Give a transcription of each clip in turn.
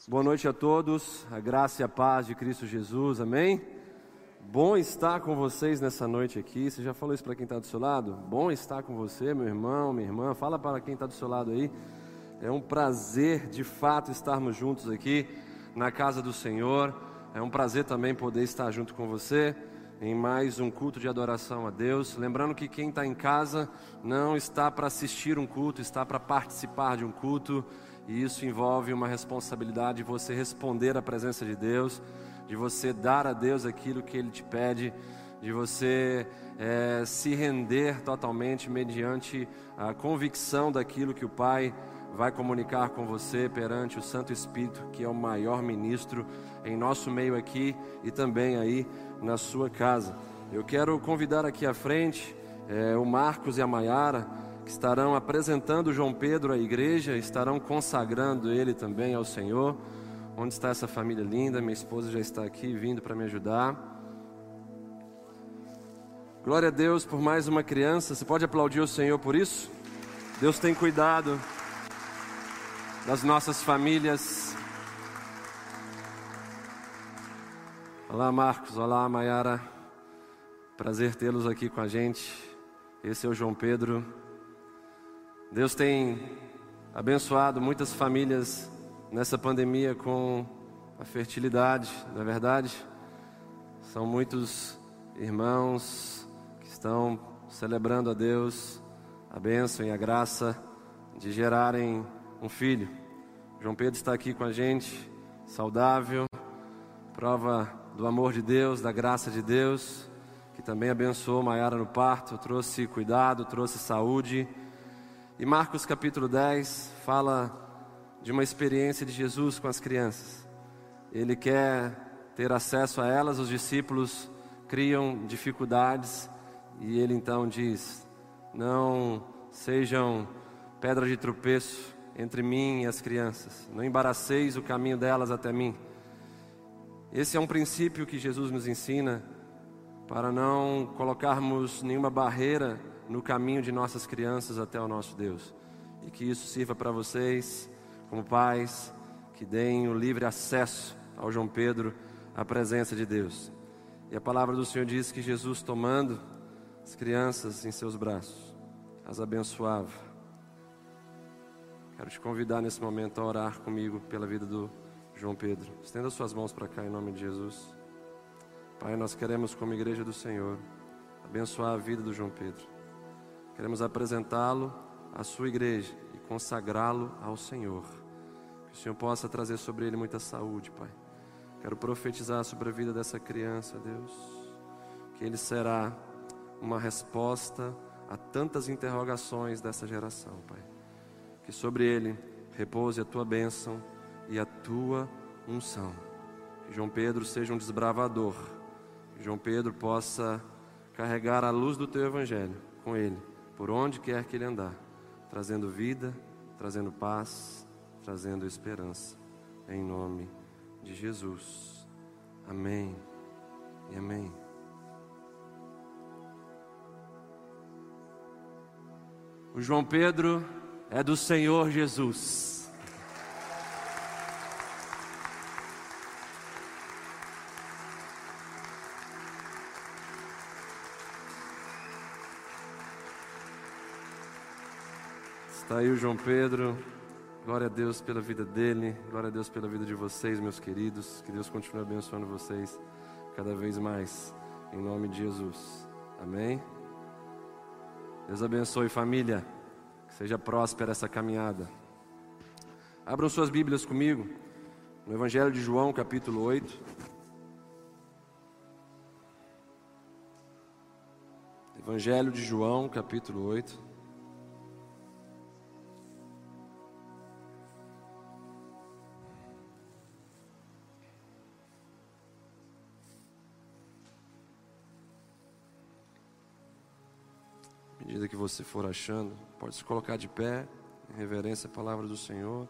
Boa noite a todos, a graça e a paz de Cristo Jesus, amém? Bom estar com vocês nessa noite aqui. Você já falou isso para quem está do seu lado? Bom estar com você, meu irmão, minha irmã. Fala para quem está do seu lado aí. É um prazer, de fato, estarmos juntos aqui na casa do Senhor. É um prazer também poder estar junto com você em mais um culto de adoração a Deus. Lembrando que quem está em casa não está para assistir um culto, está para participar de um culto. E isso envolve uma responsabilidade de você responder à presença de Deus, de você dar a Deus aquilo que Ele te pede, de você se render totalmente mediante a convicção daquilo que o Pai vai comunicar com você perante o Santo Espírito, que é o maior ministro em nosso meio aqui e também aí na sua casa. Eu quero convidar aqui à frente o Marcos e a Maiara, que estarão apresentando o João Pedro à igreja, estarão consagrando ele também ao Senhor. Onde está essa família linda? Minha esposa já está aqui vindo para me ajudar. Glória a Deus por mais uma criança. Você pode aplaudir o Senhor por isso? Deus tem cuidado das nossas famílias. Olá, Marcos. Olá, Maiara. Prazer tê-los aqui com a gente. Esse é o João Pedro. Deus tem abençoado muitas famílias nessa pandemia com a fertilidade, não é verdade? São muitos irmãos que estão celebrando a Deus a bênção e a graça de gerarem um filho. João Pedro está aqui com a gente, saudável, prova do amor de Deus, da graça de Deus, que também abençoou Maiara no parto, trouxe cuidado, trouxe saúde. E Marcos capítulo 10 fala de uma experiência de Jesus com as crianças. Ele quer ter acesso a elas, os discípulos criam dificuldades e ele então diz: não sejam pedra de tropeço entre mim e as crianças, não embaraceis o caminho delas até mim. Esse é um princípio que Jesus nos ensina para não colocarmos nenhuma barreira no caminho de nossas crianças até o nosso Deus. E que isso sirva para vocês, como pais, que deem o livre acesso ao João Pedro, à presença de Deus. E a palavra do Senhor diz que Jesus, tomando as crianças em seus braços, as abençoava. Quero te convidar nesse momento a orar comigo pela vida do João Pedro. Estenda suas mãos para cá em nome de Jesus. Pai, nós queremos, como igreja do Senhor, abençoar a vida do João Pedro. Queremos apresentá-lo à sua igreja e consagrá-lo ao Senhor. Que o Senhor possa trazer sobre ele muita saúde, Pai. Quero profetizar sobre a vida dessa criança, Deus, que ele será uma resposta a tantas interrogações dessa geração, Pai. Que sobre ele repouse a tua bênção e a tua unção. Que João Pedro seja um desbravador. Que João Pedro possa carregar a luz do teu evangelho com ele, por onde quer que ele andar, trazendo vida, trazendo paz, trazendo esperança, em nome de Jesus. Amém e amém. O João Pedro é do Senhor Jesus. Está aí o João Pedro. Glória a Deus pela vida dele. Glória a Deus pela vida de vocês, meus queridos. Que Deus continue abençoando vocês cada vez mais, em nome de Jesus. Amém? Deus abençoe, família. Que seja próspera essa caminhada. Abram suas Bíblias comigo no Evangelho de João, capítulo 8. Evangelho de João, capítulo 8. À medida que você for achando, pode se colocar de pé, em reverência à palavra do Senhor.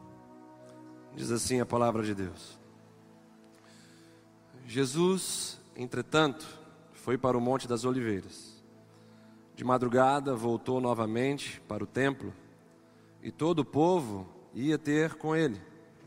Diz assim a palavra de Deus: Jesus entretanto, foi para o Monte das Oliveiras. De madrugada voltou novamente para o templo, e todo o povo ia ter com ele.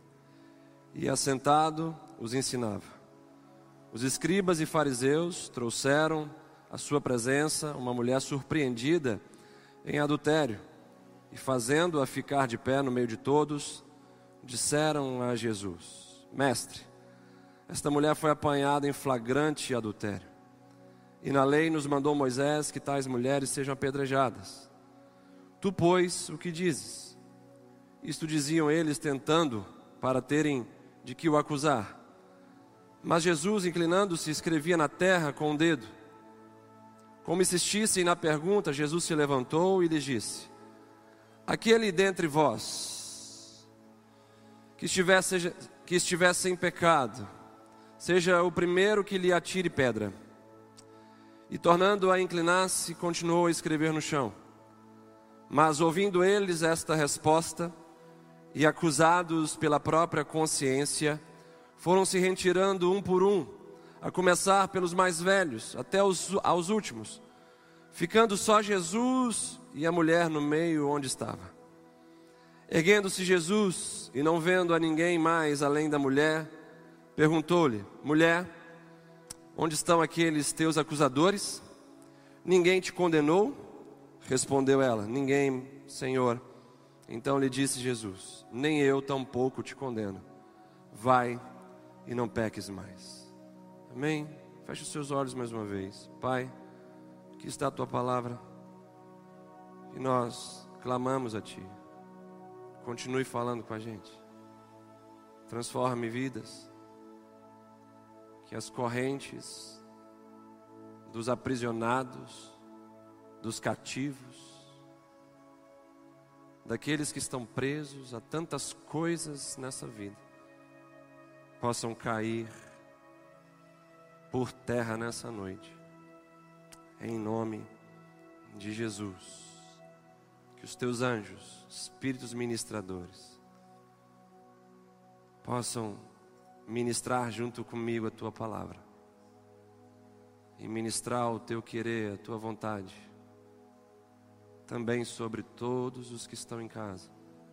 E assentado os ensinava. Os escribas e fariseus trouxeram à sua presença uma mulher surpreendida em adultério, e fazendo-a ficar de pé no meio de todos, disseram a Jesus: Mestre, esta mulher foi apanhada em flagrante adultério. E na lei nos mandou Moisés que tais mulheres sejam apedrejadas. Tu, pois, o que dizes? Isto diziam eles, tentando, para terem de que o acusar. Mas Jesus, inclinando-se, escrevia na terra com o dedo. Como insistissem na pergunta, Jesus se levantou e lhes disse: Aquele dentre vós que estivesse sem pecado, seja o primeiro que lhe atire pedra. E tornando a inclinar-se, continuou a escrever no chão. Mas ouvindo eles esta resposta, e acusados pela própria consciência, foram se retirando um por um, a começar pelos mais velhos, até aos últimos, ficando só Jesus e a mulher no meio onde estava. Erguendo-se Jesus, e não vendo a ninguém mais além da mulher, perguntou-lhe: Mulher, onde estão aqueles teus acusadores? Ninguém te condenou? Respondeu ela: Ninguém, Senhor. Então lhe disse Jesus: Nem eu tampouco te condeno. Vai e não peques mais. Amém? Feche os seus olhos mais uma vez. Pai, aqui está a tua palavra, e nós clamamos a ti. Continue falando com a gente. Transforme vidas. Que as correntes dos aprisionados, dos cativos, daqueles que estão presos a tantas coisas nessa vida, possam cair por terra nessa noite, em nome de Jesus. Que os teus anjos, espíritos ministradores, possam ministrar junto comigo a tua palavra, e ministrar o teu querer, a tua vontade, também sobre todos os que estão em casa,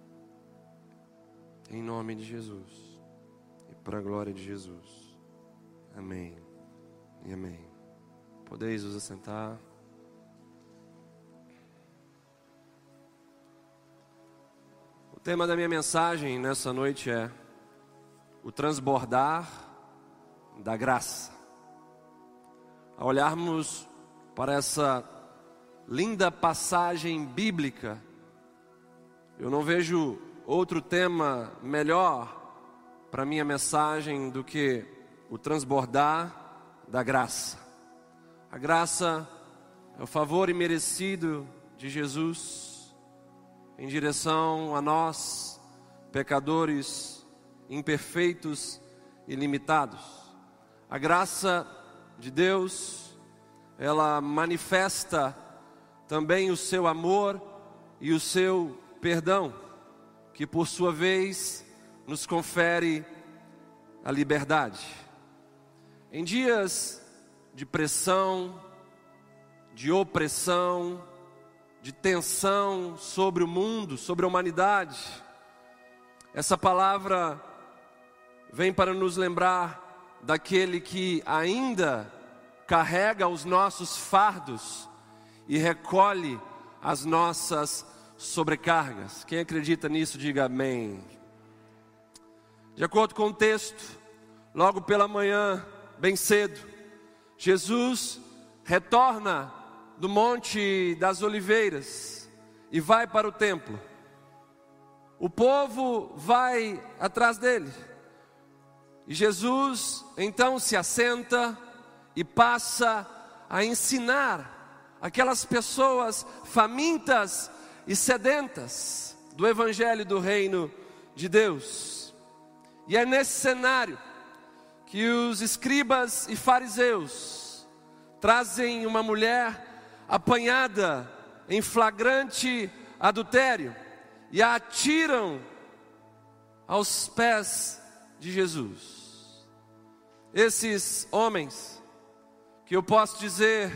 em nome de Jesus, e para a glória de Jesus. Amém e amém. Podeis vos assentar. O tema da minha mensagem nessa noite é o transbordar da graça. Ao olharmos para essa linda passagem bíblica, eu não vejo outro tema melhor para minha mensagem do que o transbordar da graça. A graça é o favor imerecido de Jesus em direção a nós, pecadores imperfeitos e limitados. A graça de Deus, ela manifesta também o seu amor e o seu perdão, que por sua vez nos confere a liberdade. Em dias de pressão, de opressão, de tensão sobre o mundo, sobre a humanidade, essa palavra vem para nos lembrar daquele que ainda carrega os nossos fardos e recolhe as nossas sobrecargas. Quem acredita nisso, diga amém. De acordo com o texto, logo pela manhã, bem cedo, Jesus retorna do Monte das Oliveiras e vai para o templo. O povo vai atrás dele. E Jesus então se assenta e passa a ensinar aquelas pessoas famintas e sedentas do Evangelho do Reino de Deus. E é nesse cenário que os escribas e fariseus trazem uma mulher apanhada em flagrante adultério e a atiram aos pés de Jesus. Esses homens que eu posso dizer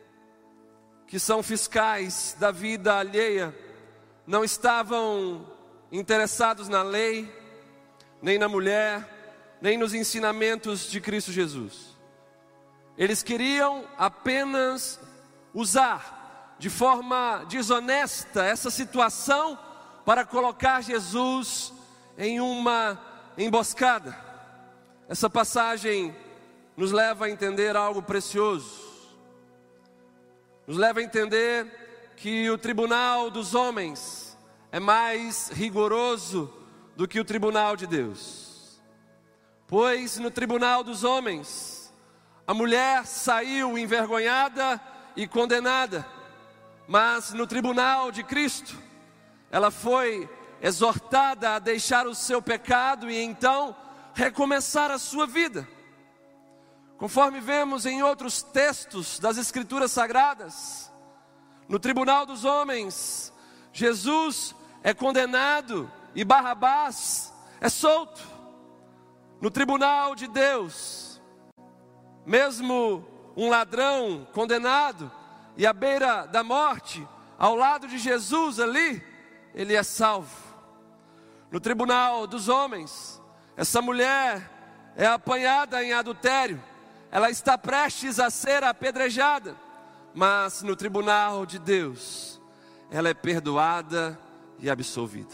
que são fiscais da vida alheia, não estavam interessados na lei, nem na mulher, nem nos ensinamentos de Cristo Jesus. Eles queriam apenas usar de forma desonesta essa situação para colocar Jesus em uma emboscada. Essa passagem nos leva a entender algo precioso. Nos leva a entender que o tribunal dos homens é mais rigoroso do que o tribunal de Deus. Pois no tribunal dos homens, a mulher saiu envergonhada e condenada, mas no tribunal de Cristo, ela foi exortada a deixar o seu pecado e então recomeçar a sua vida. Conforme vemos em outros textos das Escrituras Sagradas, no tribunal dos homens, Jesus é condenado e Barrabás é solto. No tribunal de Deus, mesmo um ladrão condenado e à beira da morte, ao lado de Jesus ali, ele é salvo. No tribunal dos homens, essa mulher é apanhada em adultério, ela está prestes a ser apedrejada, mas no tribunal de Deus, ela é perdoada e absolvida.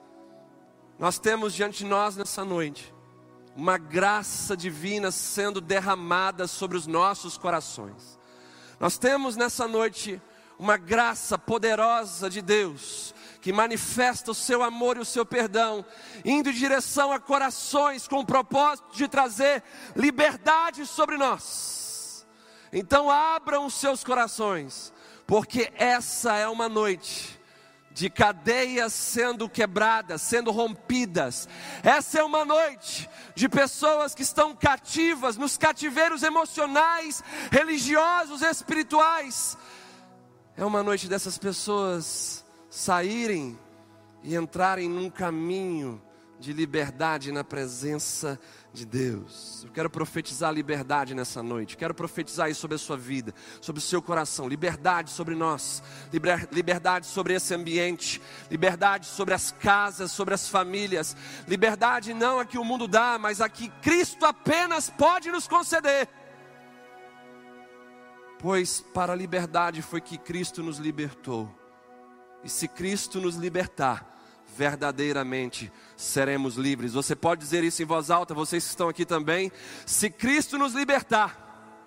Nós temos diante de nós nessa noite uma graça divina sendo derramada sobre os nossos corações. Nós temos nessa noite uma graça poderosa de Deus, que manifesta o seu amor e o seu perdão, indo em direção a corações com o propósito de trazer liberdade sobre nós. Então abram os seus corações, porque essa é uma noite de cadeias sendo quebradas, sendo rompidas. Essa é uma noite de pessoas que estão cativas, nos cativeiros emocionais, religiosos, espirituais. É uma noite dessas pessoas saírem e entrarem num caminho de liberdade na presença de Deus. Eu quero profetizar liberdade nessa noite. Quero profetizar isso sobre a sua vida, sobre o seu coração. Liberdade sobre nós, liberdade sobre esse ambiente, liberdade sobre as casas, sobre as famílias. Liberdade não a que o mundo dá, mas a que Cristo apenas pode nos conceder. Pois para a liberdade foi que Cristo nos libertou. E se Cristo nos libertar, verdadeiramente seremos livres. Você pode dizer isso em voz alta, vocês que estão aqui também. Se Cristo nos libertar,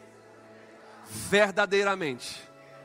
verdadeiramente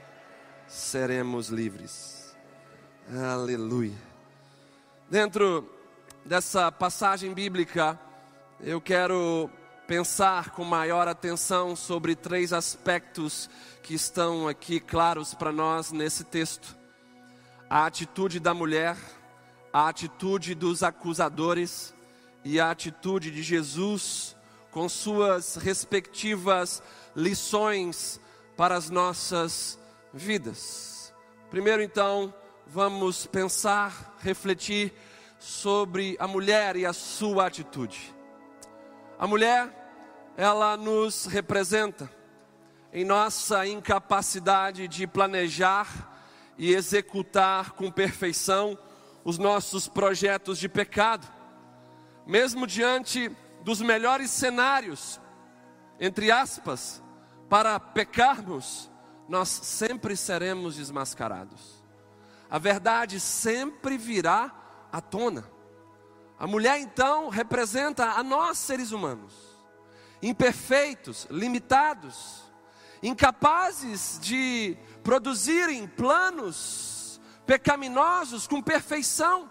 seremos livres. Aleluia. Dentro dessa passagem bíblica, eu quero pensar com maior atenção sobre 3 aspectos que estão aqui claros para nós nesse texto. A atitude da mulher, a atitude dos acusadores e a atitude de Jesus com suas respectivas lições para as nossas vidas. Primeiro então, vamos pensar, refletir sobre a mulher e a sua atitude. A mulher, ela nos representa em nossa incapacidade de planejar e executar com perfeição os nossos projetos de pecado. Mesmo diante dos melhores cenários, entre aspas, para pecarmos, nós sempre seremos desmascarados. A verdade sempre virá à tona. A mulher então representa a nós seres humanos, imperfeitos, limitados, incapazes de produzirem planos pecaminosos com perfeição.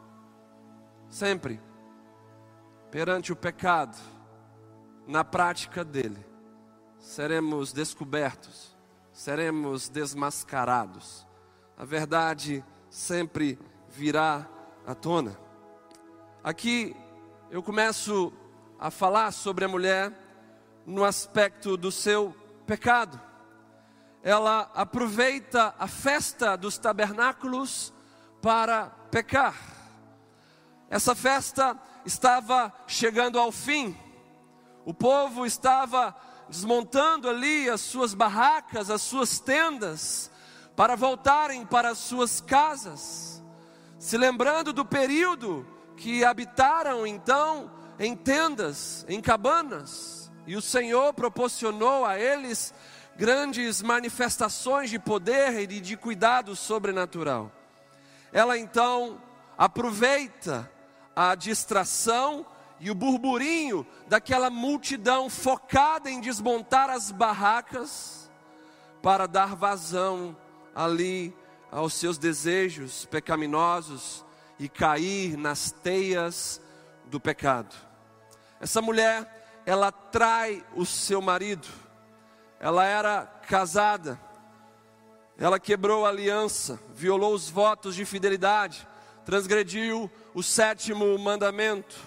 Sempre, perante o pecado, na prática dele, seremos descobertos, seremos desmascarados. A verdade sempre virá à tona. Aqui eu começo a falar sobre a mulher no aspecto do seu pecado. Ela aproveita a festa dos tabernáculos para pecar. Essa festa estava chegando ao fim. O povo estava desmontando ali as suas barracas, as suas tendas, para voltarem para as suas casas, se lembrando do período que habitaram então em tendas, em cabanas, e o Senhor proporcionou a eles grandes manifestações de poder e de cuidado sobrenatural. Ela então aproveita a distração e o burburinho daquela multidão focada em desmontar as barracas para dar vazão ali aos seus desejos pecaminosos e cair nas teias do pecado. Essa mulher, ela trai o seu marido. Ela era casada. Ela quebrou a aliança, violou os votos de fidelidade, transgrediu o 7º mandamento.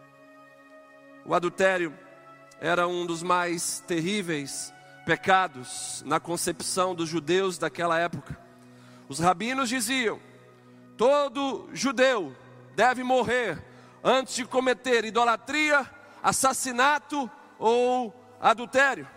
O adultério era um dos mais terríveis pecados na concepção dos judeus daquela época. Os rabinos diziam: todo judeu deve morrer antes de cometer idolatria, assassinato ou adultério.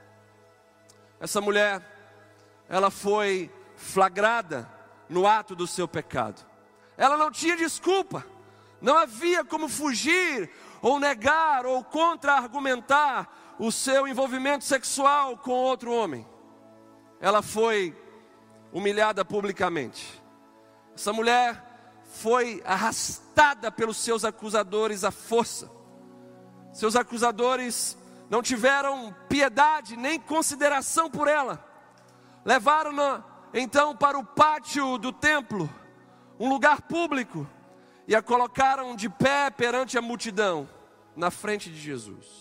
Essa mulher, ela foi flagrada no ato do seu pecado. Ela não tinha desculpa, não havia como fugir, ou negar, ou contra-argumentar o seu envolvimento sexual com outro homem. Ela foi humilhada publicamente. Essa mulher foi arrastada pelos seus acusadores à força. Seus acusadores não tiveram piedade nem consideração por ela. Levaram-na então para o pátio do templo, um lugar público, e a colocaram de pé perante a multidão, na frente de Jesus.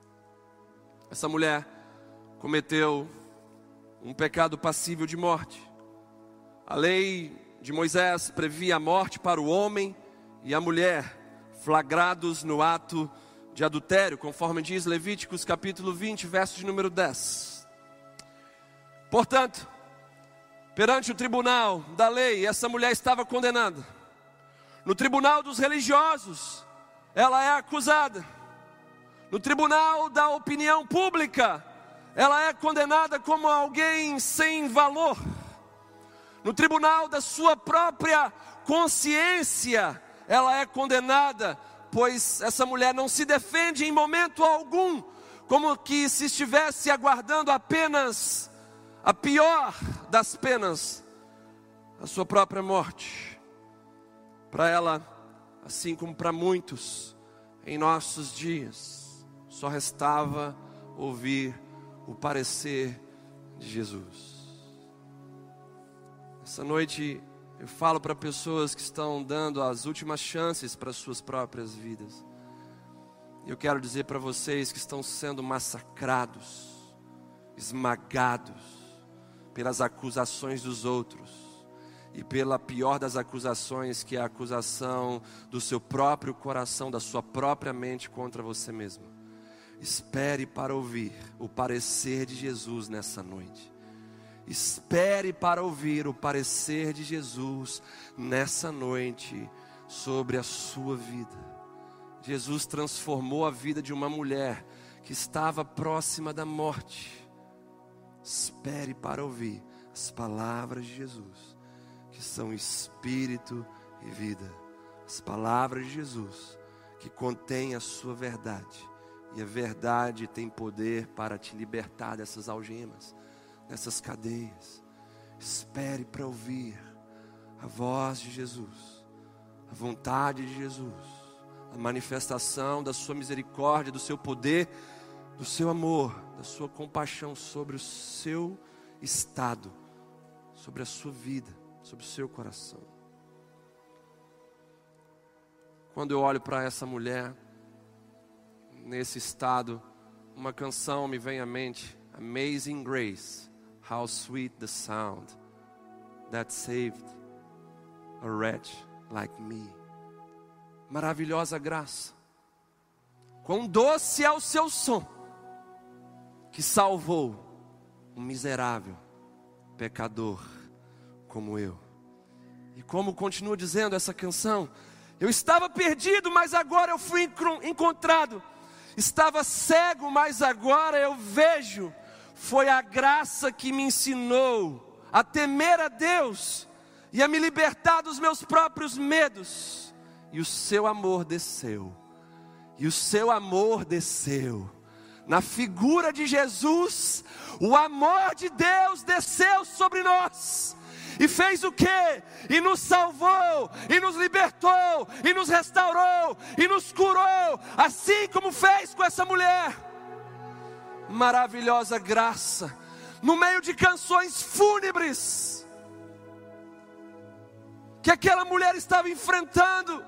Essa mulher cometeu um pecado passível de morte. A lei de Moisés previa a morte para o homem e a mulher flagrados no ato de adultério, conforme diz Levíticos capítulo 20, verso de número 10. Portanto, perante o tribunal da lei, essa mulher estava condenada. No tribunal dos religiosos, ela é acusada. No tribunal da opinião pública, ela é condenada como alguém sem valor. No tribunal da sua própria consciência, ela é condenada, pois essa mulher não se defende em momento algum, como que se estivesse aguardando apenas a pior das penas, a sua própria morte. Para ela, assim como para muitos em nossos dias, só restava ouvir o parecer de Jesus. Essa noite eu falo para pessoas que estão dando as últimas chances para suas próprias vidas. Eu quero dizer para vocês que estão sendo massacrados, esmagados pelas acusações dos outros, e pela pior das acusações, que é a acusação do seu próprio coração, da sua própria mente contra você mesmo. Espere para ouvir o parecer de Jesus nessa noite. Espere para ouvir o parecer de Jesus nessa noite sobre a sua vida. Jesus transformou a vida de uma mulher que estava próxima da morte. Espere para ouvir as palavras de Jesus, que são espírito e vida. As palavras de Jesus que contêm a sua verdade. E a verdade tem poder para te libertar dessas algemas, dessas cadeias. Espere para ouvir a voz de Jesus, a vontade de Jesus, a manifestação da sua misericórdia, do seu poder, do seu amor, da sua compaixão sobre o seu estado, sobre a sua vida, sobre o seu coração. Quando eu olho para essa mulher nesse estado, uma canção me vem à mente: Amazing Grace, how sweet the sound that saved a wretch like me. Maravilhosa graça, quão doce é o seu som, que salvou um miserável pecador como eu. E como continua dizendo essa canção: eu estava perdido, mas agora eu fui encontrado. Estava cego, mas agora eu vejo. Foi a graça que me ensinou a temer a Deus e a me libertar dos meus próprios medos. E o seu amor desceu. E o seu amor desceu. Na figura de Jesus, o amor de Deus desceu sobre nós. E fez o quê? E nos salvou, e nos libertou, e nos restaurou, e nos curou, assim como fez com essa mulher. Maravilhosa graça, no meio de canções fúnebres, que aquela mulher estava enfrentando,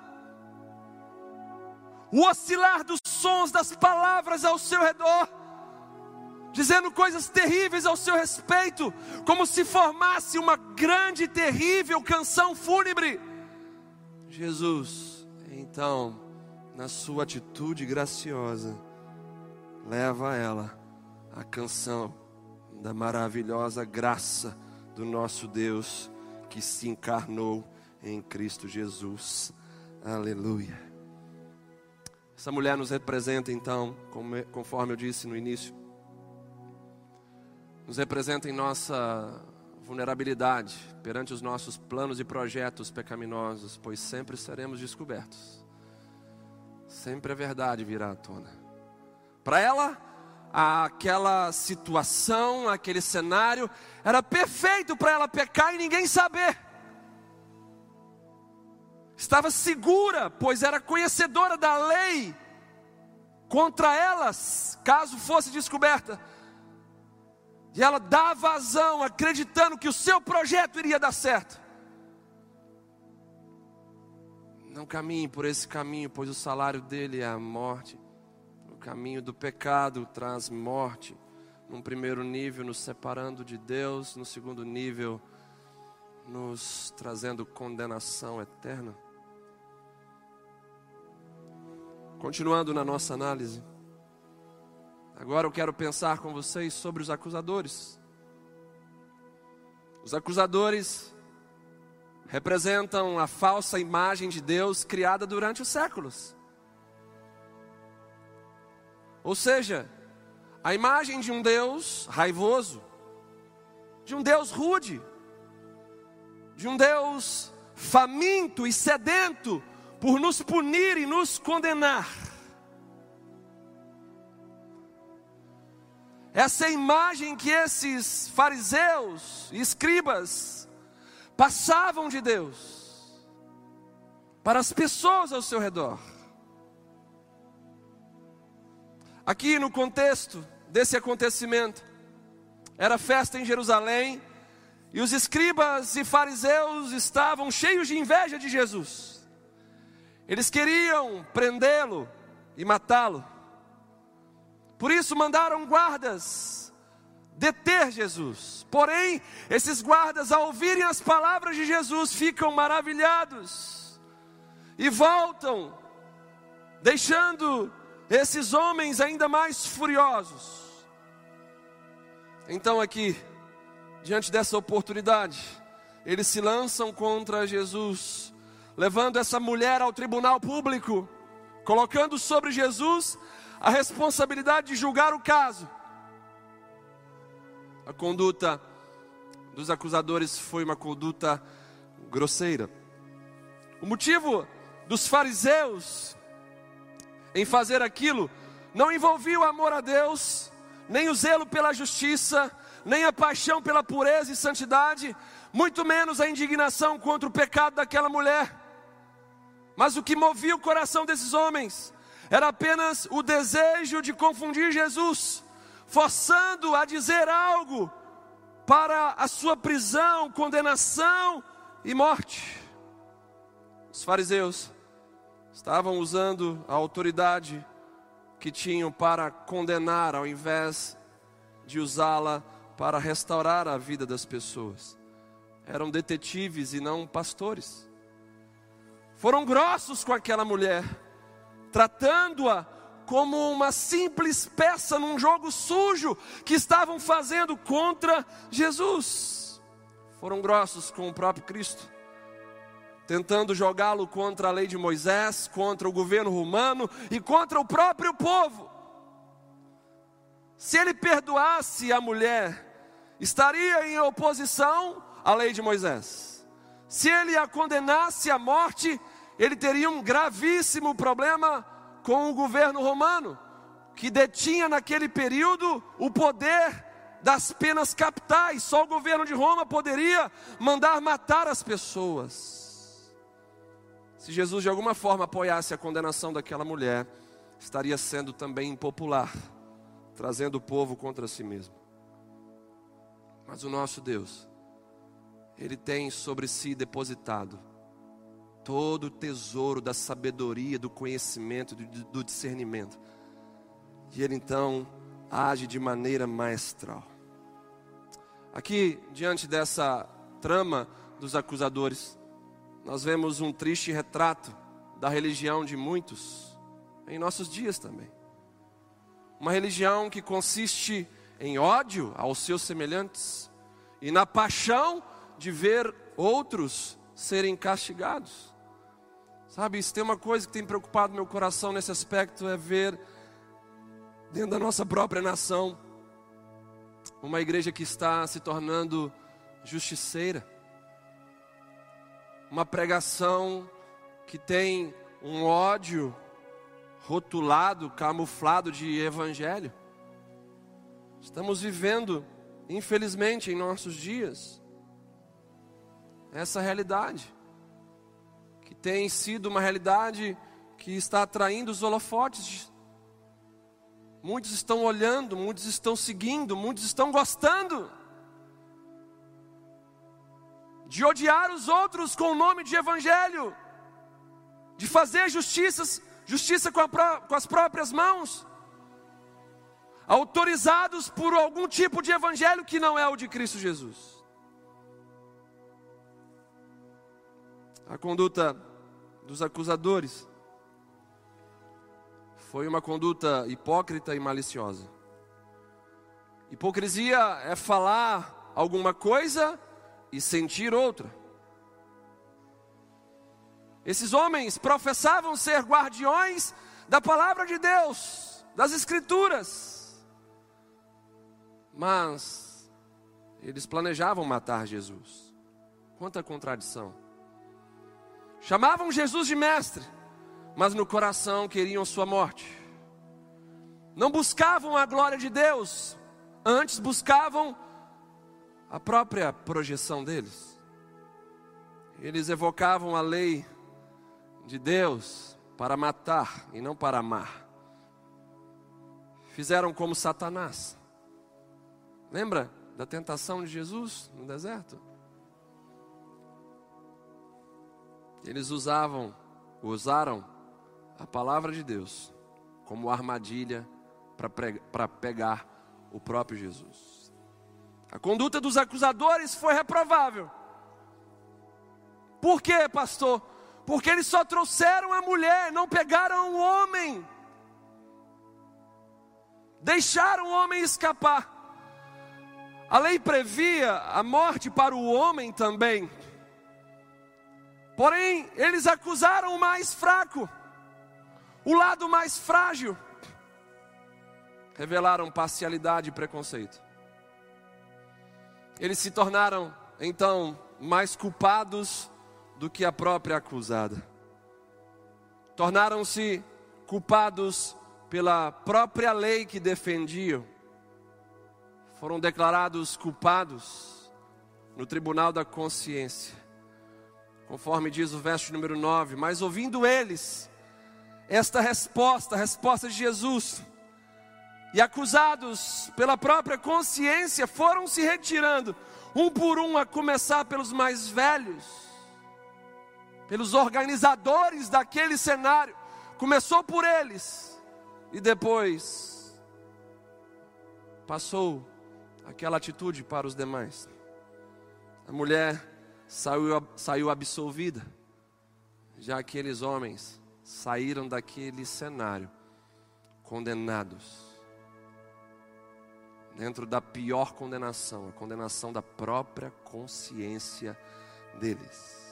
o oscilar dos sons das palavras ao seu redor, dizendo coisas terríveis ao seu respeito, como se formasse uma grande e terrível canção fúnebre. Jesus, então, na sua atitude graciosa, leva a ela a canção da maravilhosa graça do nosso Deus, que se encarnou em Cristo Jesus. Aleluia. Essa mulher nos representa então, conforme eu disse no início, nos representa em nossa vulnerabilidade perante os nossos planos e projetos pecaminosos, pois sempre seremos descobertos. Sempre a verdade virá à tona. Para ela, aquela situação, aquele cenário, era perfeito para ela pecar e ninguém saber. Estava segura, pois era conhecedora da lei contra elas, caso fosse descoberta. E ela dá vazão, acreditando que o seu projeto iria dar certo. Não caminhe por esse caminho, pois o salário dele é a morte. O caminho do pecado traz morte. Num primeiro nível, nos separando de Deus. No segundo nível, nos trazendo condenação eterna. Continuando na nossa análise. Agora eu quero pensar com vocês sobre os acusadores. Os acusadores representam a falsa imagem de Deus criada durante os séculos. Ou seja, a imagem de um Deus raivoso, de um Deus rude, de um Deus faminto e sedento por nos punir e nos condenar. Essa é a imagem que esses fariseus e escribas passavam de Deus para as pessoas ao seu redor. Aqui no contexto desse acontecimento, era festa em Jerusalém, e os escribas e fariseus estavam cheios de inveja de Jesus. Eles queriam prendê-lo e matá-lo. Por isso mandaram guardas deter Jesus. Porém, esses guardas, ao ouvirem as palavras de Jesus, ficam maravilhados e voltam, deixando esses homens ainda mais furiosos. Então aqui, diante dessa oportunidade, eles se lançam contra Jesus, levando essa mulher ao tribunal público, colocando sobre Jesus a responsabilidade de julgar o caso. A conduta dos acusadores foi uma conduta grosseira. O motivo dos fariseus em fazer aquilo não envolvia o amor a Deus, nem o zelo pela justiça, nem a paixão pela pureza e santidade, muito menos a indignação contra o pecado daquela mulher. Mas o que movia o coração desses homens era apenas o desejo de confundir Jesus, forçando a dizer algo para a sua prisão, condenação e morte. Os fariseus estavam usando a autoridade que tinham para condenar, ao invés de usá-la para restaurar a vida das pessoas. Eram detetives e não pastores. Foram grossos com aquela mulher, tratando-a como uma simples peça num jogo sujo que estavam fazendo contra Jesus. Foram grossos com o próprio Cristo, tentando jogá-lo contra a lei de Moisés, contra o governo romano e contra o próprio povo. se ele perdoasse a mulher, estaria em oposição à lei de Moisés. Se ele a condenasse à morte, ele teria um gravíssimo problema com o governo romano, que detinha naquele período o poder das penas capitais. Só o governo de Roma poderia mandar matar as pessoas. Se Jesus de alguma forma apoiasse a condenação daquela mulher, estaria sendo também impopular, trazendo o povo contra si mesmo. Mas o nosso Deus, Ele tem sobre si depositado todo o tesouro da sabedoria, do conhecimento, do discernimento. E Ele então age de maneira maestral. Aqui, diante dessa trama dos acusadores, nós vemos um triste retrato da religião de muitos, em nossos dias também. Uma religião que consiste em ódio aos seus semelhantes e na paixão de ver outros serem castigados. Sabe, se tem uma coisa que tem preocupado meu coração nesse aspecto, é ver dentro da nossa própria nação uma igreja que está se tornando justiceira. Uma pregação que tem um ódio rotulado, camuflado de evangelho. Estamos vivendo, infelizmente, em nossos dias, essa realidade, que tem sido uma realidade que está atraindo os holofotes. Muitos estão olhando, muitos estão seguindo, muitos estão gostando de odiar os outros com o nome de evangelho, de fazer justiça com as próprias mãos, autorizados por algum tipo de evangelho que não é o de Cristo Jesus. A conduta dos acusadores foi uma conduta hipócrita e maliciosa. Hipocrisia é falar alguma coisa e sentir outra. Esses homens professavam ser guardiões da palavra de Deus, das Escrituras, mas eles planejavam matar Jesus. Quanta contradição! Chamavam Jesus de mestre, mas no coração queriam sua morte. Não buscavam a glória de Deus, antes buscavam a própria projeção deles. Eles evocavam a lei de Deus para matar e não para amar. Fizeram como Satanás. Lembra da tentação de Jesus no deserto? Eles usaram a palavra de Deus como armadilha para pegar o próprio Jesus. A conduta dos acusadores foi reprovável. Por quê, pastor? Porque eles só trouxeram a mulher, não pegaram o homem. Deixaram o homem escapar. A lei previa a morte para o homem também. Porém, eles acusaram o mais fraco, o lado mais frágil. Revelaram parcialidade e preconceito. Eles se tornaram, então, mais culpados do que a própria acusada. Tornaram-se culpados pela própria lei que defendiam. Foram declarados culpados no tribunal da consciência. Conforme diz o verso número 9, mas ouvindo eles esta resposta, a resposta de Jesus, e acusados pela própria consciência, foram se retirando, um por um, a começar pelos mais velhos, pelos organizadores daquele cenário. Começou por eles, e depois passou aquela atitude para os demais. A mulher saiu absolvida, já aqueles homens saíram daquele cenário condenados, dentro da pior condenação, a condenação da própria consciência deles.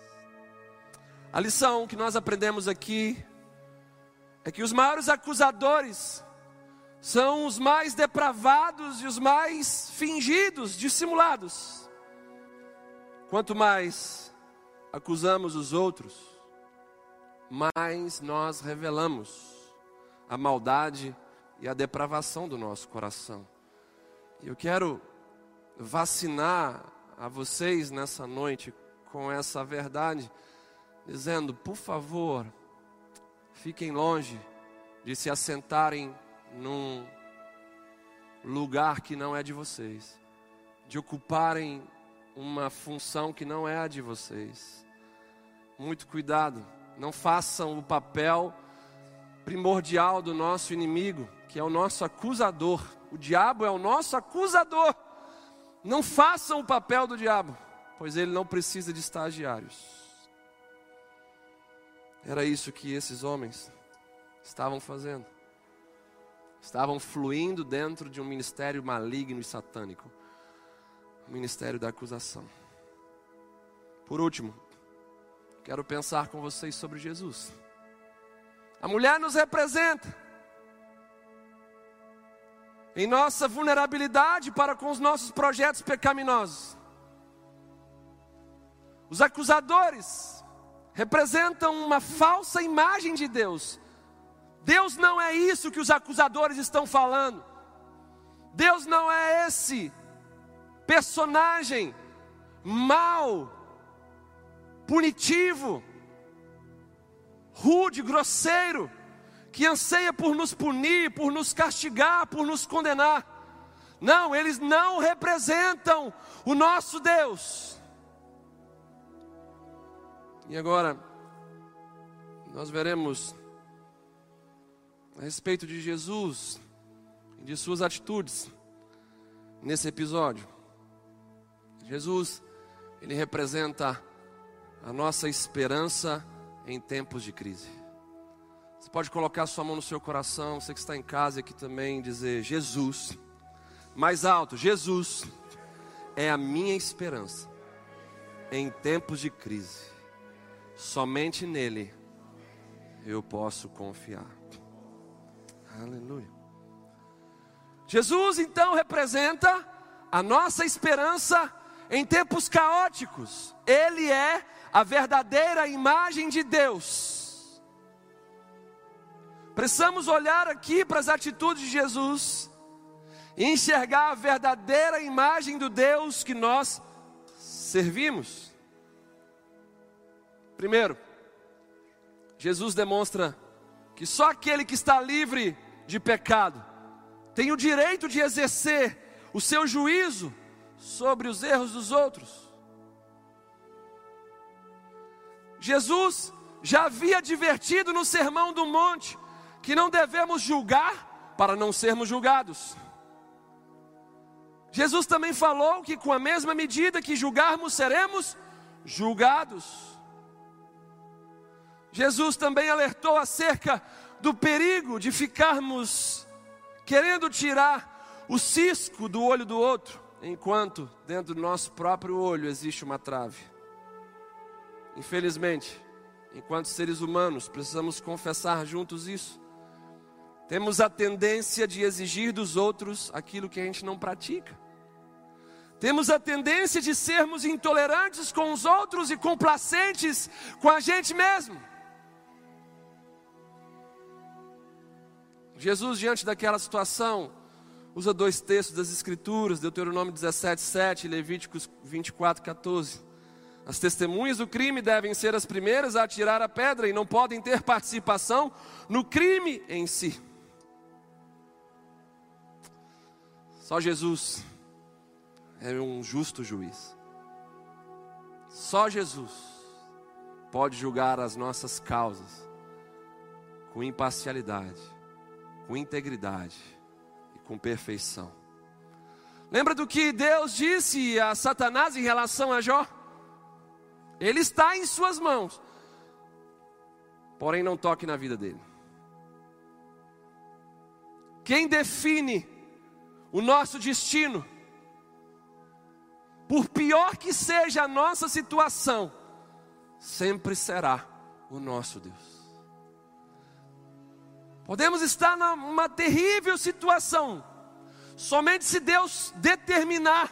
A lição que nós aprendemos aqui é que os maiores acusadores são os mais depravados e os mais fingidos, dissimulados. Quanto mais acusamos os outros, mais nós revelamos a maldade e a depravação do nosso coração. E eu quero vacinar a vocês nessa noite com essa verdade, dizendo, por favor, fiquem longe de se assentarem num lugar que não é de vocês, de ocuparem uma função que não é a de vocês. Muito cuidado, não façam o papel primordial do nosso inimigo, que é o nosso acusador. O diabo é o nosso acusador. Não façam o papel do diabo, pois ele não precisa de estagiários. Era isso que esses homens estavam fazendo. Estavam fluindo dentro de um ministério maligno e satânico. O ministério da acusação. Por último, quero pensar com vocês sobre Jesus. A mulher nos representa em nossa vulnerabilidade para com os nossos projetos pecaminosos. Os acusadores representam uma falsa imagem de Deus. Deus não é isso que os acusadores estão falando. Deus não é esse personagem mau, punitivo, rude, grosseiro, que anseia por nos punir, por nos castigar, por nos condenar. Não, eles não representam o nosso Deus. E agora, nós veremos a respeito de Jesus e de suas atitudes nesse episódio. Jesus, ele representa a nossa esperança em tempos de crise. Você pode colocar sua mão no seu coração, você que está em casa aqui também, dizer: Jesus, mais alto, Jesus é a minha esperança em tempos de crise. Somente nele eu posso confiar. Aleluia. Jesus então representa a nossa esperança em tempos caóticos. Ele é a verdadeira imagem de Deus. Precisamos olhar aqui para as atitudes de Jesus e enxergar a verdadeira imagem do Deus que nós servimos. Primeiro, Jesus demonstra que só aquele que está livre de pecado tem o direito de exercer o seu juízo sobre os erros dos outros. Jesus já havia advertido no Sermão do Monte que não devemos julgar para não sermos julgados. Jesus também falou que com a mesma medida que julgarmos, seremos julgados. Jesus também alertou acerca do perigo de ficarmos querendo tirar o cisco do olho do outro, enquanto dentro do nosso próprio olho existe uma trave. Infelizmente, enquanto seres humanos, precisamos confessar juntos isso. Temos a tendência de exigir dos outros aquilo que a gente não pratica. Temos a tendência de sermos intolerantes com os outros e complacentes com a gente mesmo. Jesus, diante daquela situação, usa dois textos das Escrituras, Deuteronômio 17:7 e Levíticos 24:14. As testemunhas do crime devem ser as primeiras a atirar a pedra e não podem ter participação no crime em si. Só Jesus é um justo juiz. Só Jesus pode julgar as nossas causas com imparcialidade, com integridade e com perfeição. Lembra do que Deus disse a Satanás em relação a Jó? Ele está em suas mãos, porém não toque na vida dele. Quem define o nosso destino, por pior que seja a nossa situação, sempre será o nosso Deus. Podemos estar numa terrível situação, somente se Deus determinar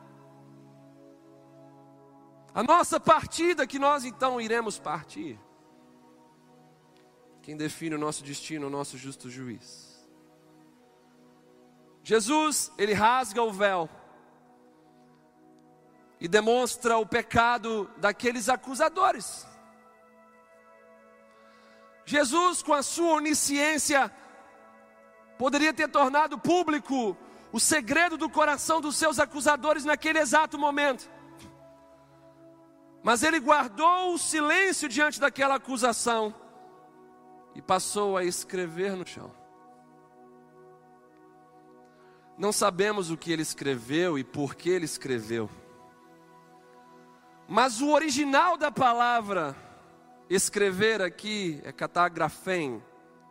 a nossa partida, que nós então iremos partir. Quem define o nosso destino é o nosso justo juiz. Jesus, ele rasga o véu e demonstra o pecado daqueles acusadores. Jesus, com a sua onisciência, poderia ter tornado público o segredo do coração dos seus acusadores naquele exato momento. Mas ele guardou o silêncio diante daquela acusação e passou a escrever no chão. Não sabemos o que ele escreveu e por que ele escreveu. Mas o original da palavra escrever aqui é katagraphen.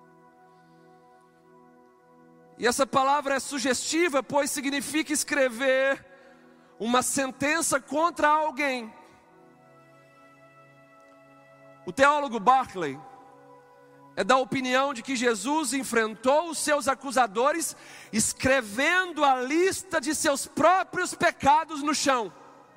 E essa palavra é sugestiva, pois significa escrever uma sentença contra alguém. O teólogo Barclay é da opinião de que Jesus enfrentou os seus acusadores escrevendo a lista de seus próprios pecados no chão.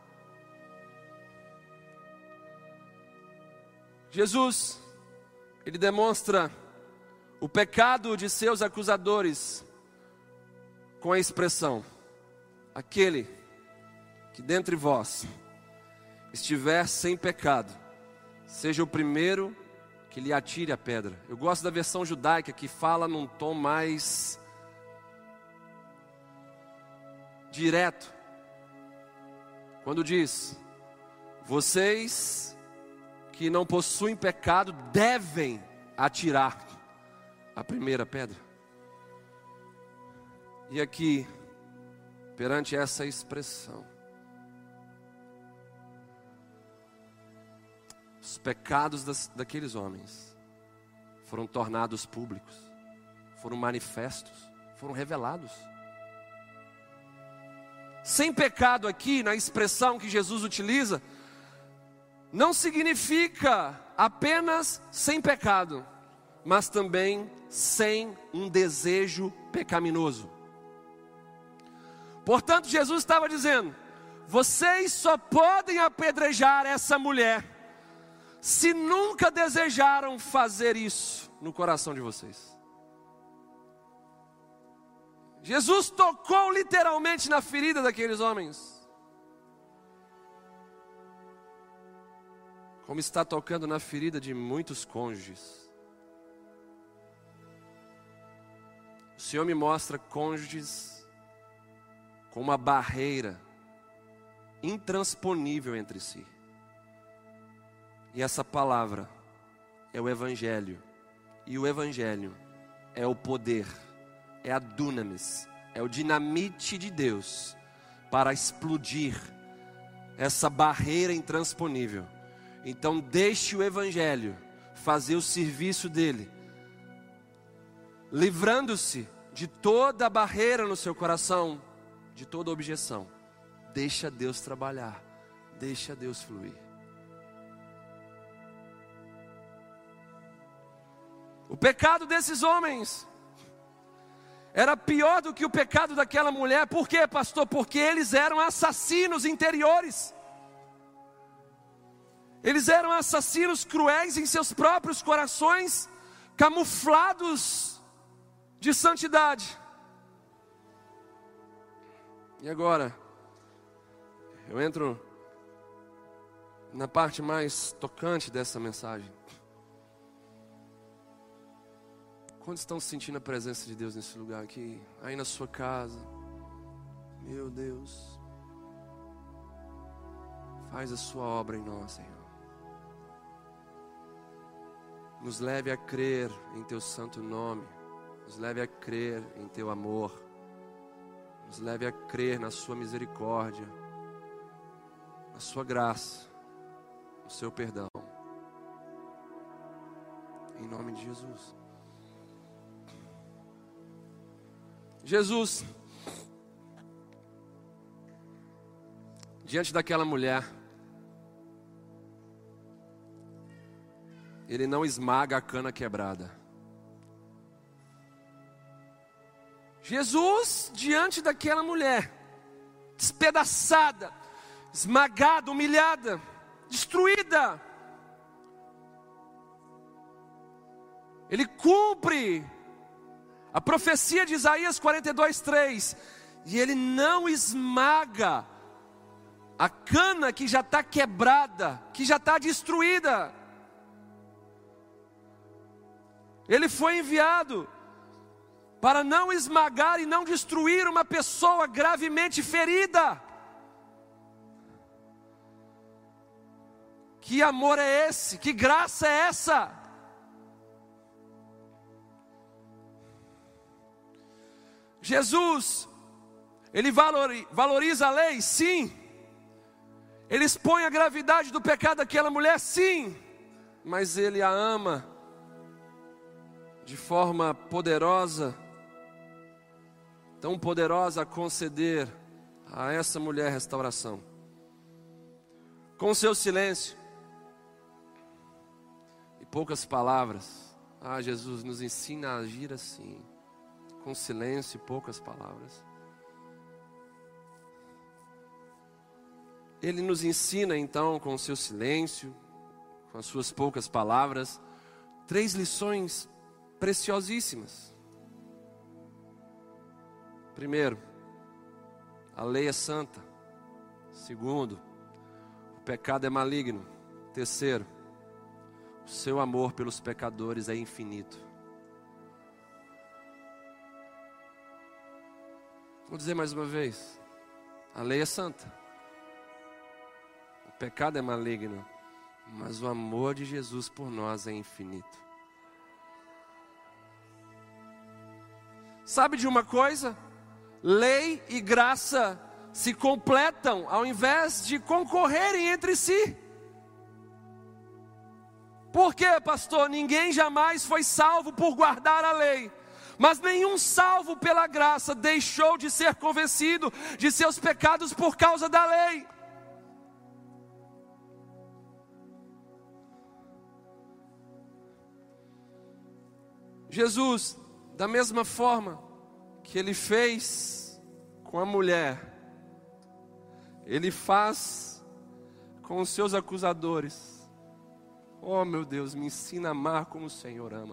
Jesus, ele demonstra o pecado de seus acusadores com a expressão: aquele que dentre vós estiver sem pecado, seja o primeiro que lhe atire a pedra. Eu gosto da versão judaica, que fala num tom mais direto, quando diz: vocês que não possuem pecado devem atirar a primeira pedra. E aqui, perante essa expressão, os pecados daqueles homens foram tornados públicos, foram manifestos, foram revelados. Sem pecado aqui, na expressão que Jesus utiliza, não significa apenas sem pecado, mas também sem um desejo pecaminoso. Portanto, Jesus estava dizendo: vocês só podem apedrejar essa mulher se nunca desejaram fazer isso no coração de vocês. Jesus tocou literalmente na ferida daqueles homens, como está tocando na ferida de muitos cônjuges. O Senhor me mostra cônjuges com uma barreira intransponível entre si. E essa palavra é o Evangelho. E o Evangelho é o poder, é a dunamis, é o dinamite de Deus para explodir essa barreira intransponível. Então deixe o Evangelho fazer o serviço dele, livrando-se de toda a barreira no seu coração, de toda objeção. Deixa Deus trabalhar, deixa Deus fluir. O pecado desses homens era pior do que o pecado daquela mulher. Por quê, pastor? Porque eles eram assassinos interiores. Eles eram assassinos cruéis em seus próprios corações, camuflados de santidade. E agora, eu entro na parte mais tocante dessa mensagem. Quantos estão sentindo a presença de Deus nesse lugar aqui? Aí na sua casa. Meu Deus, faz a sua obra em nós, Senhor. Nos leve a crer em Teu santo nome. Nos leve a crer em Teu amor. Nos leve a crer na Sua misericórdia, na Sua graça, no Seu perdão. Em nome de Jesus. Jesus, diante daquela mulher, Ele não esmaga a cana quebrada. Jesus, diante daquela mulher, despedaçada, esmagada, humilhada, destruída, Ele cumpre a profecia de Isaías 42:3, e Ele não esmaga a cana que já está quebrada, que já está destruída. Ele foi enviado para não esmagar e não destruir uma pessoa gravemente ferida. Que amor é esse? Que graça é essa? Jesus, Ele valoriza a lei? Sim. Ele expõe a gravidade do pecado daquela mulher? Sim. Mas Ele a ama de forma poderosa, tão poderosa a conceder a essa mulher restauração. Com o seu silêncio e poucas palavras. Jesus nos ensina a agir assim, com silêncio e poucas palavras. Ele nos ensina então, com o seu silêncio, com as suas poucas palavras, 3 lições preciosíssimas. Primeiro, a lei é santa. Segundo, o pecado é maligno. Terceiro, o seu amor pelos pecadores é infinito. Vou dizer mais uma vez: a lei é santa, o pecado é maligno, mas o amor de Jesus por nós é infinito. Sabe de uma coisa? Lei e graça se completam ao invés de concorrerem entre si. Por quê, pastor? Ninguém jamais foi salvo por guardar a lei, mas nenhum salvo pela graça deixou de ser convencido de seus pecados por causa da lei. Jesus, da mesma forma que Ele fez com a mulher, Ele faz com os seus acusadores. Oh meu Deus, me ensina a amar como o Senhor ama.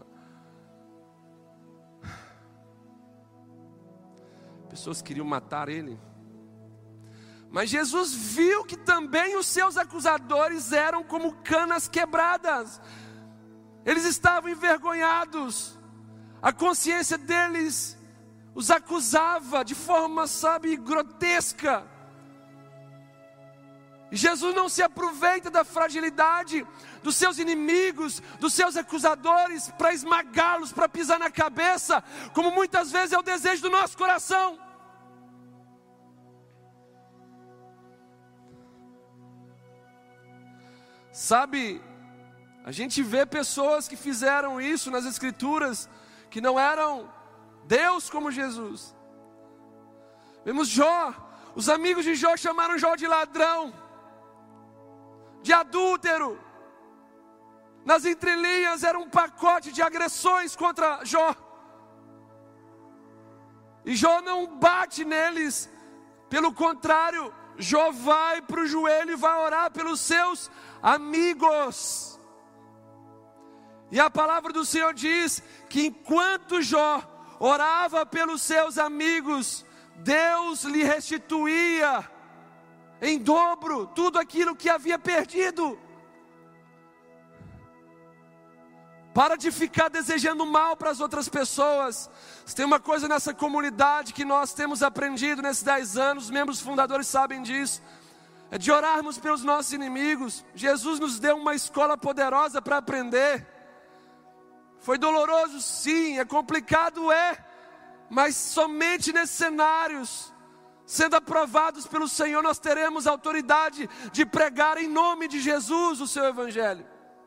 Pessoas queriam matar Ele, mas Jesus viu que também os seus acusadores eram como canas quebradas. Eles estavam envergonhados. A consciência deles os acusava de forma, grotesca. E Jesus não se aproveita da fragilidade dos seus inimigos, dos seus acusadores, para esmagá-los, para pisar na cabeça, como muitas vezes é o desejo do nosso coração. A gente vê pessoas que fizeram isso nas Escrituras, que não eram Deus como Jesus. Vemos Jó, os amigos de Jó chamaram Jó de ladrão, de adúltero. Nas entrelinhas era um pacote de agressões contra Jó. E Jó não bate neles, pelo contrário, Jó vai para o joelho e vai orar pelos seus amigos. E a palavra do Senhor diz que enquanto Jó orava pelos seus amigos, Deus lhe restituía em dobro tudo aquilo que havia perdido. Para de ficar desejando mal para as outras pessoas. Se tem uma coisa nessa comunidade que nós temos aprendido nesses 10 anos, os membros fundadores sabem disso, é de orarmos pelos nossos inimigos. Jesus nos deu uma escola poderosa para aprender. Foi doloroso, sim, é complicado, mas somente nesses cenários, sendo aprovados pelo Senhor, nós teremos autoridade de pregar em nome de Jesus o seu Evangelho.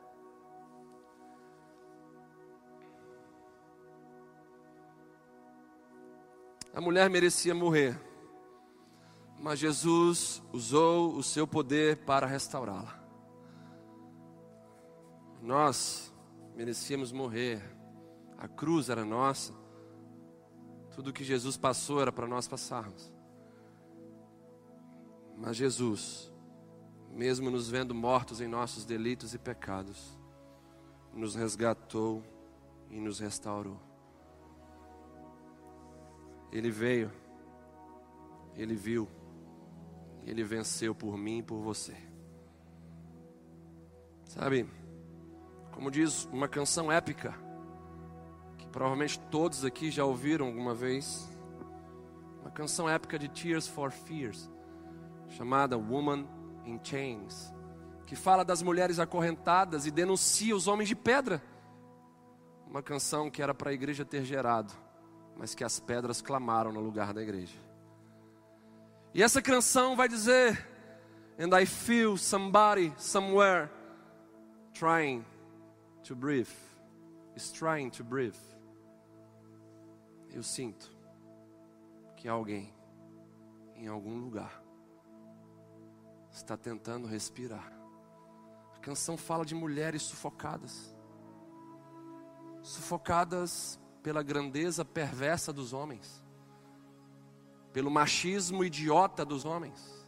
A mulher merecia morrer, mas Jesus usou o seu poder para restaurá-la. Nós merecíamos morrer, a cruz era nossa, Tudo que Jesus passou era para nós passarmos. Mas Jesus, mesmo nos vendo mortos em nossos delitos e pecados, nos resgatou e nos restaurou. Ele veio, Ele viu, Ele venceu por mim e por você. Sabe, como diz uma canção épica, que provavelmente todos aqui já ouviram alguma vez, uma canção épica de Tears for Fears, chamada Woman in Chains, que fala das mulheres acorrentadas e denuncia os homens de pedra. Uma canção que era para a igreja ter gerado, mas que as pedras clamaram no lugar da igreja. E essa canção vai dizer: And I feel somebody somewhere trying to breathe. Is trying to breathe. Eu sinto que alguém em algum lugar está tentando respirar. A canção fala de mulheres sufocadas. Sufocadas pela grandeza perversa dos homens, pelo machismo idiota dos homens.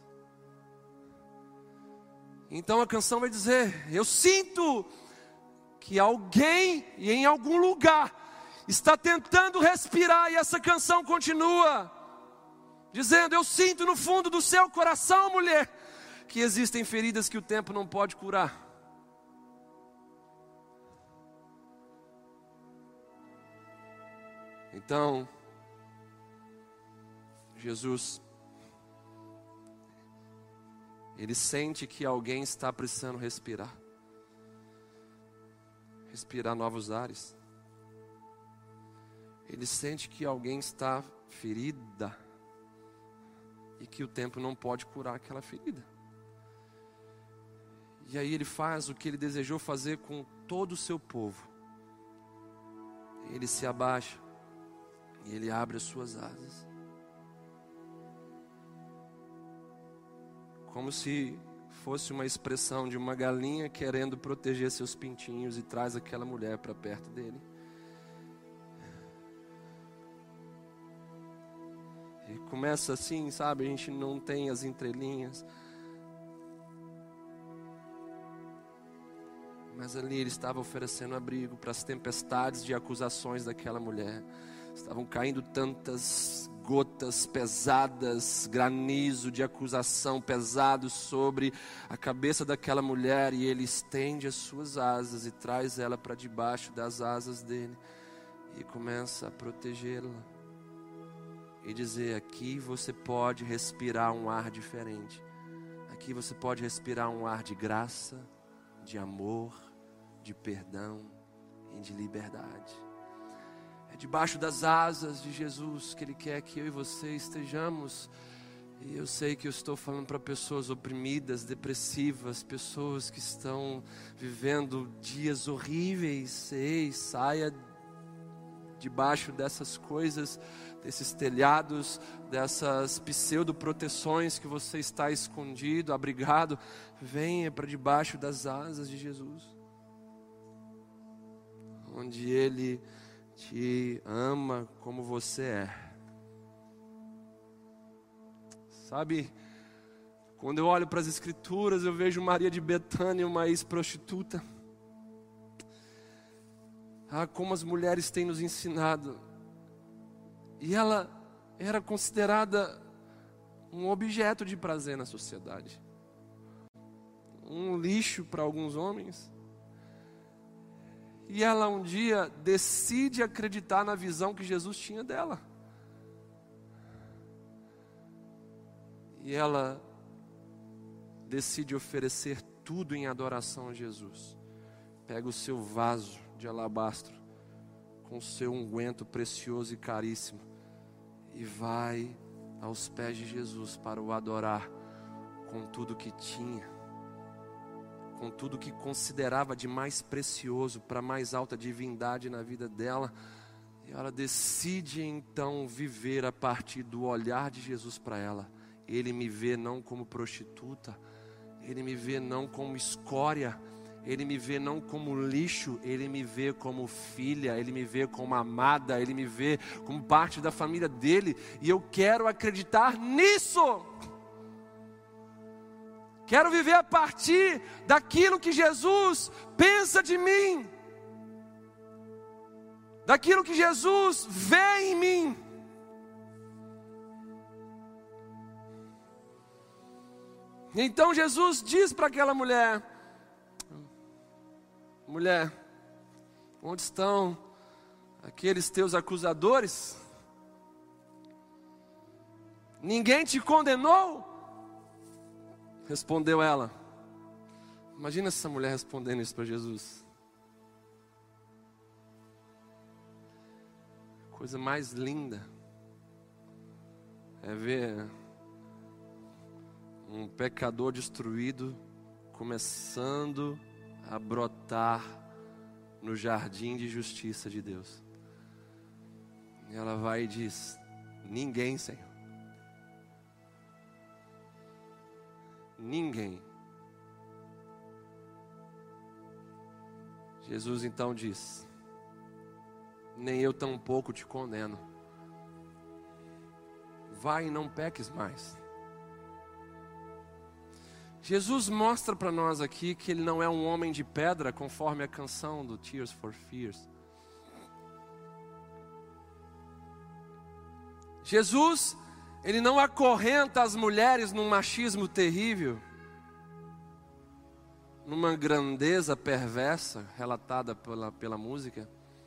Então a canção vai dizer: eu sinto que alguém e em algum lugar está tentando respirar. E essa canção continua dizendo: eu sinto no fundo do seu coração, mulher, que existem feridas que o tempo não pode curar. Então, Jesus, Ele sente que alguém está precisando respirar. Respirar novos ares. Ele sente que alguém está ferida e que o tempo não pode curar aquela ferida. E aí Ele faz o que Ele desejou fazer com todo o seu povo. Ele se abaixa e Ele abre as suas asas. Como se fosse uma expressão de uma galinha querendo proteger seus pintinhos, e traz aquela mulher para perto dele. E começa assim, sabe? A gente não tem as entrelinhas. Mas ali Ele estava oferecendo abrigo para as tempestades de acusações daquela mulher. Estavam caindo tantas gotas pesadas, granizo de acusação pesado sobre a cabeça daquela mulher, e Ele estende as suas asas e traz ela para debaixo das asas dele e começa a protegê-la e dizer: aqui você pode respirar um ar diferente, aqui você pode respirar um ar de graça, de amor, de perdão e de liberdade. É debaixo das asas de Jesus que Ele quer que eu e você estejamos. E eu sei que eu estou falando para pessoas oprimidas, depressivas, pessoas que estão vivendo dias horríveis. Ei, saia debaixo dessas coisas, desses telhados, dessas pseudo-proteções que você está escondido, abrigado. Venha para debaixo das asas de Jesus, onde Ele te ama como você é. Sabe, quando eu olho para as Escrituras, eu vejo Maria de Betânia, uma ex-prostituta. Como as mulheres têm nos ensinado. E ela era considerada um objeto de prazer na sociedade, um lixo para alguns homens. E ela um dia decide acreditar na visão que Jesus tinha dela. E ela decide oferecer tudo em adoração a Jesus. Pega o seu vaso de alabastro com o seu unguento precioso e caríssimo e vai aos pés de Jesus para o adorar com tudo que tinha, com tudo que considerava de mais precioso, para a mais alta divindade na vida dela. E ela decide então viver a partir do olhar de Jesus para ela. Ele me vê não como prostituta, Ele me vê não como escória, Ele me vê não como lixo, Ele me vê como filha, Ele me vê como amada, Ele me vê como parte da família dEle. E eu quero acreditar nisso. Quero viver a partir daquilo que Jesus pensa de mim. Daquilo que Jesus vê em mim. Então Jesus diz para aquela mulher: mulher, onde estão aqueles teus acusadores? Ninguém te condenou? Respondeu ela. Imagina essa mulher respondendo isso para Jesus. Coisa mais linda é ver um pecador destruído começando a brotar no jardim de justiça de Deus. E ela vai e diz: ninguém, Senhor. Ninguém. Jesus então diz: nem eu tampouco te condeno. Vai e não peques mais. Jesus mostra para nós aqui que Ele não é um homem de pedra, conforme a canção do Tears for Fears. Jesus, Ele não acorrenta as mulheres num machismo terrível, numa grandeza perversa relatada pela música.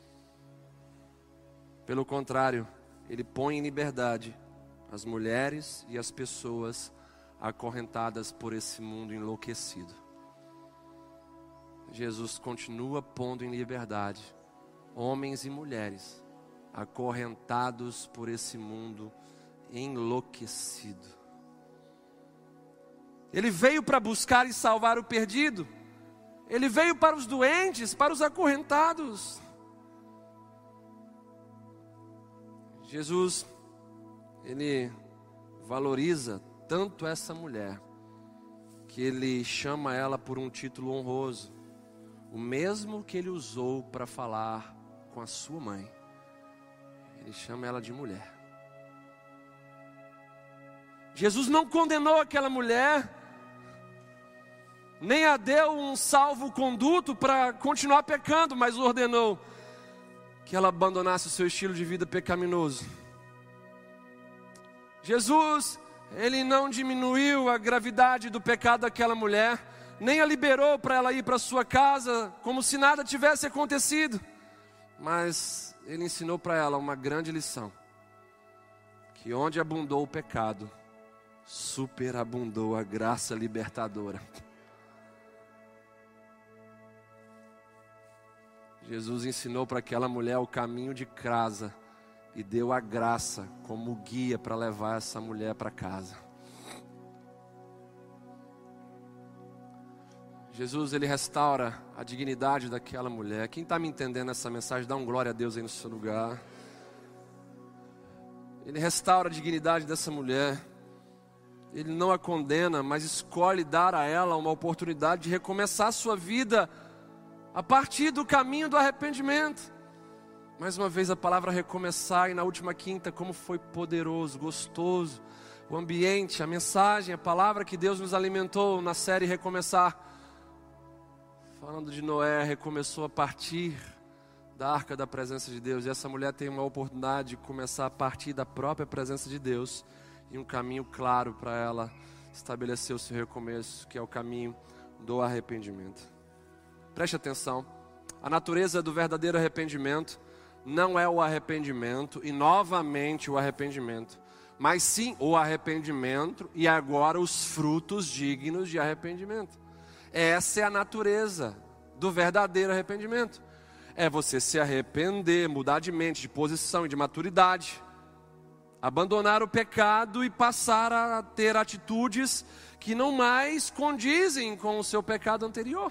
Pelo contrário, Ele põe em liberdade as mulheres e as pessoas acorrentadas por esse mundo enlouquecido. Jesus continua pondo em liberdade homens e mulheres acorrentados por esse mundo enlouquecido. Ele veio para buscar e salvar o perdido. Ele veio para os doentes, para os acorrentados. Jesus, Ele valoriza tanto essa mulher, que Ele chama ela por um título honroso, o mesmo que Ele usou para falar com a sua mãe. Ele chama ela de mulher. Jesus não condenou aquela mulher, nem a deu um salvo-conduto para continuar pecando, mas ordenou que ela abandonasse o seu estilo de vida pecaminoso. Jesus, Ele não diminuiu a gravidade do pecado daquela mulher, nem a liberou para ela ir para sua casa, como se nada tivesse acontecido. Mas Ele ensinou para ela uma grande lição: que onde abundou o pecado, superabundou a graça libertadora. Jesus ensinou para aquela mulher o caminho de casa e deu a graça como guia para levar essa mulher para casa. Jesus, Ele restaura a dignidade daquela mulher. Quem está me entendendo essa mensagem, dá um glória a Deus aí no seu lugar. Ele restaura a dignidade dessa mulher. Ele não a condena, mas escolhe dar a ela uma oportunidade de recomeçar a sua vida a partir do caminho do arrependimento. Mais uma vez a palavra recomeçar, e na última quinta, como foi poderoso, gostoso, o ambiente, a mensagem, a palavra que Deus nos alimentou na série Recomeçar. Falando de Noé, recomeçou a partir da arca da presença de Deus. E essa mulher tem uma oportunidade de começar a partir da própria presença de Deus, e um caminho claro para ela estabelecer o seu recomeço, que é o caminho do arrependimento. Preste atenção, a natureza do verdadeiro arrependimento não é o arrependimento e novamente o arrependimento, mas sim o arrependimento e agora os frutos dignos de arrependimento. Essa é a natureza do verdadeiro arrependimento. É você se arrepender, mudar de mente, de posição e de maturidade, abandonar o pecado e passar a ter atitudes que não mais condizem com o seu pecado anterior.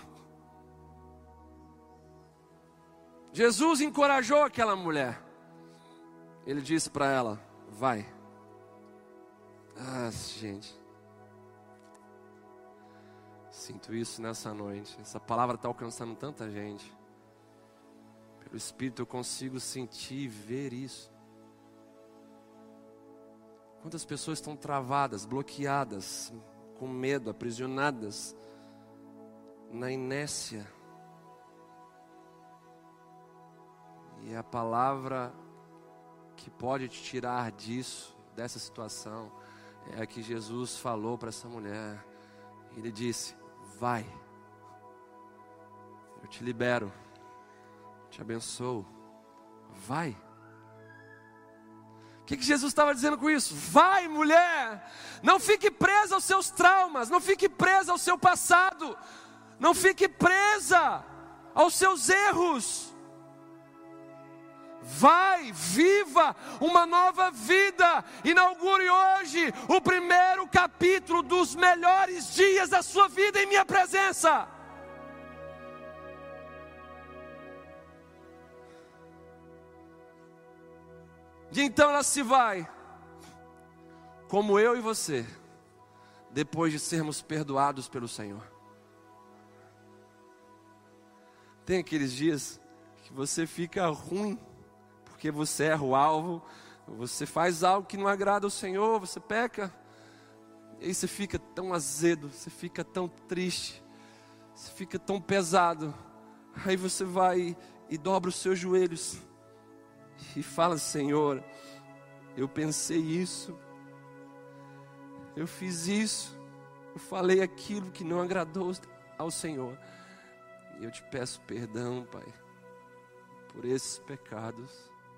Jesus encorajou aquela mulher. Ele disse para ela: vai. Sinto isso nessa noite. Essa palavra está alcançando tanta gente. Pelo Espírito eu consigo sentir e ver isso. Quantas pessoas estão travadas, bloqueadas, com medo, aprisionadas na inércia. E a palavra que pode te tirar disso, dessa situação, é a que Jesus falou para essa mulher. Ele disse: vai, eu te libero, te abençoo, vai. O que Jesus estava dizendo com isso? Vai, mulher, não fique presa aos seus traumas, não fique presa ao seu passado, não fique presa aos seus erros. Vai, viva uma nova vida. Inaugure hoje o primeiro capítulo dos melhores dias da sua vida em minha presença. E então ela se vai, como eu e você, depois de sermos perdoados pelo Senhor. Tem aqueles dias que você fica ruim, porque você erra o alvo, você faz algo que não agrada ao Senhor, você peca, e aí você fica tão azedo, você fica tão triste, você fica tão pesado. Aí você vai e dobra os seus joelhos e fala: Senhor, eu pensei isso, eu fiz isso, eu falei aquilo que não agradou ao Senhor, e eu te peço perdão, Pai, por esses pecados.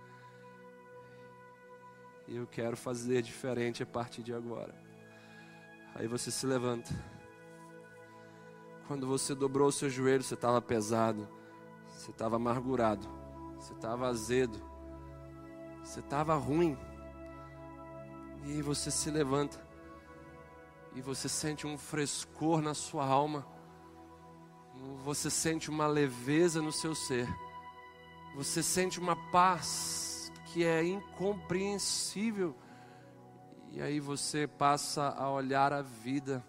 E eu quero fazer diferente a partir de agora. Aí você se levanta. Quando você dobrou o seu joelho, você estava pesado, você estava amargurado, você estava azedo, você estava ruim. E aí você se levanta e você sente um frescor na sua alma, você sente uma leveza no seu ser, você sente uma paz que é incompreensível. E aí você passa a olhar a vida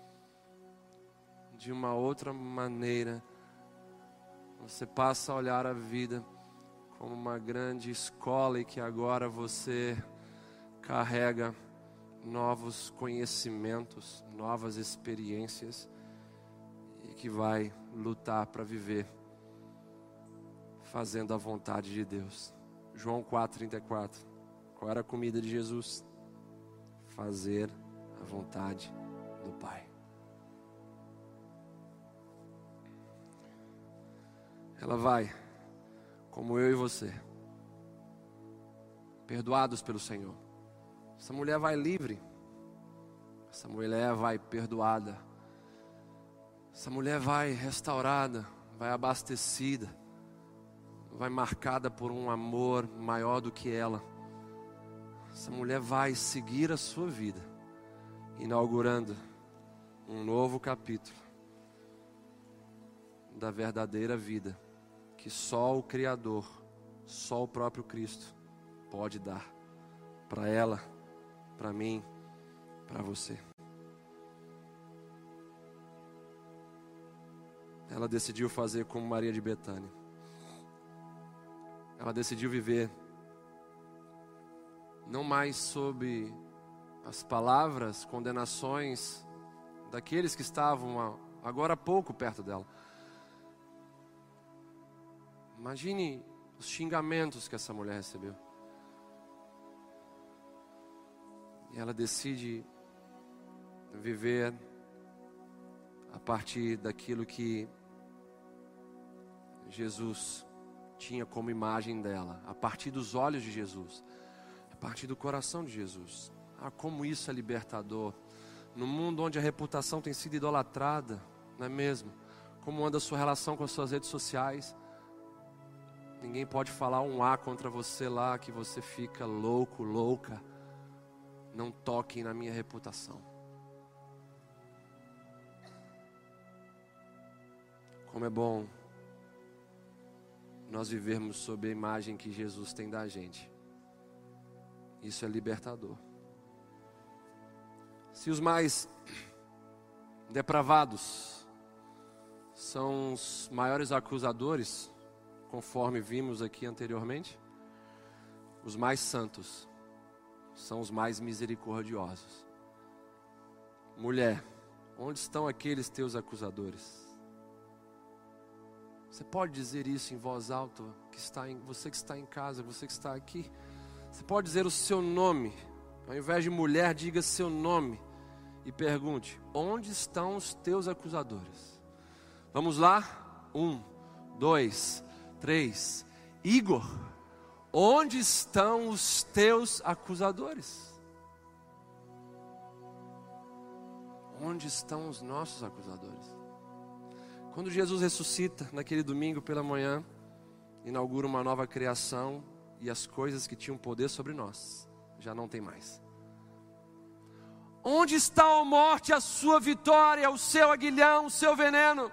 de uma outra maneira. Você passa a olhar a vida como uma grande escola, e que agora você carrega novos conhecimentos, novas experiências, e que vai lutar para viver fazendo a vontade de Deus. João 4,34. Qual era a comida de Jesus? Fazer a vontade do Pai. Ela vai, como eu e você, perdoados pelo Senhor. Essa mulher vai livre. Essa mulher vai perdoada. Essa mulher vai restaurada, vai abastecida, vai marcada por um amor maior do que ela. Essa mulher vai seguir a sua vida, inaugurando um novo capítulo da verdadeira vida, que só o Criador, só o próprio Cristo pode dar para ela, para mim, para você. Ela decidiu fazer como Maria de Betânia. Ela decidiu viver não mais sob as palavras, condenações daqueles que estavam agora há pouco perto dela. Imagine os xingamentos que essa mulher recebeu. E ela decide viver a partir daquilo que Jesus tinha como imagem dela, a partir dos olhos de Jesus, a partir do coração de Jesus. Como isso é libertador. No mundo onde a reputação tem sido idolatrada, não é mesmo? Como anda a sua relação com as suas redes sociais? Ninguém pode falar um A contra você lá, que você fica louco, louca. Não toquem na minha reputação. Como é bom nós vivermos sob a imagem que Jesus tem da gente. Isso é libertador. Se os mais depravados são os maiores acusadores, conforme vimos aqui anteriormente. Os mais santos são os mais misericordiosos. Mulher, onde estão aqueles teus acusadores? Você pode dizer isso em voz alta, você que está em casa, você que está aqui. Você pode dizer o seu nome. Ao invés de mulher, diga seu nome. E pergunte, onde estão os teus acusadores? Vamos lá? 1, 2, 3. Igor, onde estão os teus acusadores? Onde estão os nossos acusadores? Quando Jesus ressuscita, naquele domingo pela manhã, inaugura uma nova criação, e as coisas que tinham poder sobre nós, já não tem mais. Onde está, ó morte, a sua vitória, o seu aguilhão, o seu veneno?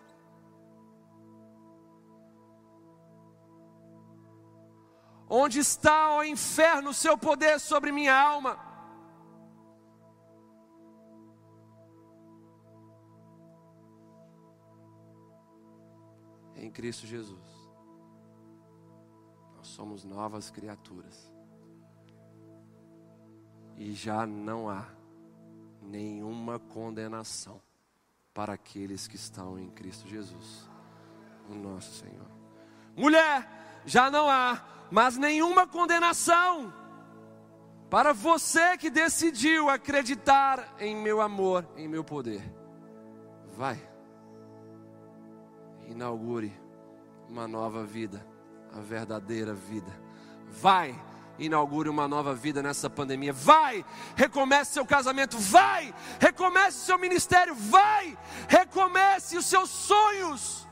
Onde está, ó inferno, o seu poder sobre minha alma? Em Cristo Jesus, nós somos novas criaturas. E já não há nenhuma condenação para aqueles que estão em Cristo Jesus, o nosso Senhor. Mulher, já não há mais nenhuma condenação para você que decidiu acreditar em meu amor, em meu poder. Vai, inaugure uma nova vida, a verdadeira vida. Vai, inaugure uma nova vida nessa pandemia. Vai, recomece seu casamento. Vai, recomece seu ministério. Vai, recomece os seus sonhos.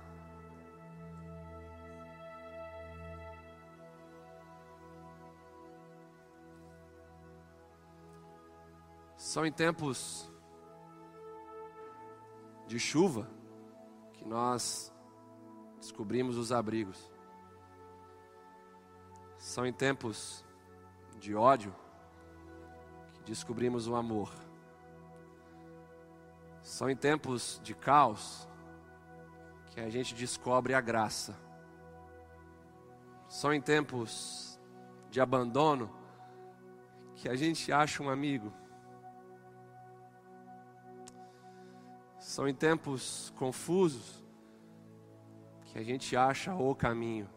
São em tempos de chuva que nós descobrimos os abrigos. São em tempos de ódio que descobrimos o amor. São em tempos de caos que a gente descobre a graça. São em tempos de abandono que a gente acha um amigo. São em tempos confusos que a gente acha o caminho.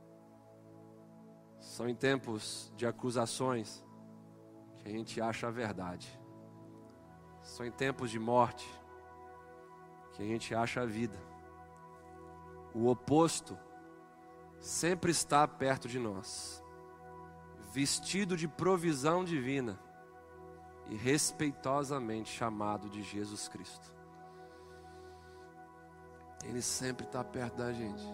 São em tempos de acusações que a gente acha a verdade. São em tempos de morte que a gente acha a vida. O oposto sempre está perto de nós, vestido de provisão divina e respeitosamente chamado de Jesus Cristo. Ele sempre está perto da gente.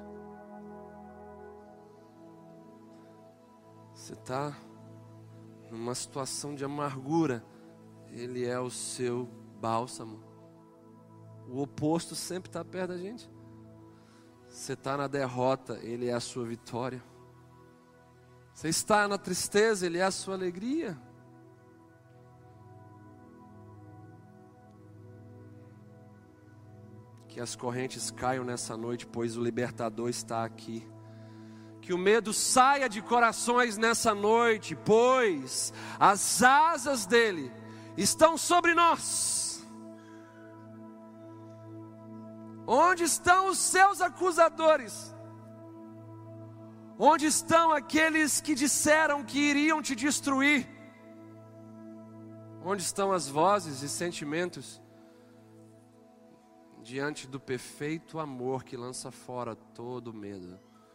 Você está numa situação de amargura, Ele é o seu bálsamo. O oposto sempre está perto da gente. Você está na derrota, Ele é a sua vitória. Você está na tristeza, Ele é a sua alegria. Que as correntes caiam nessa noite, pois o libertador está aqui. Que o medo saia de corações nessa noite, pois as asas dele estão sobre nós. Onde estão os seus acusadores? Onde estão aqueles que disseram que iriam te destruir? Onde estão as vozes e sentimentos diante do perfeito amor que lança fora todo medo?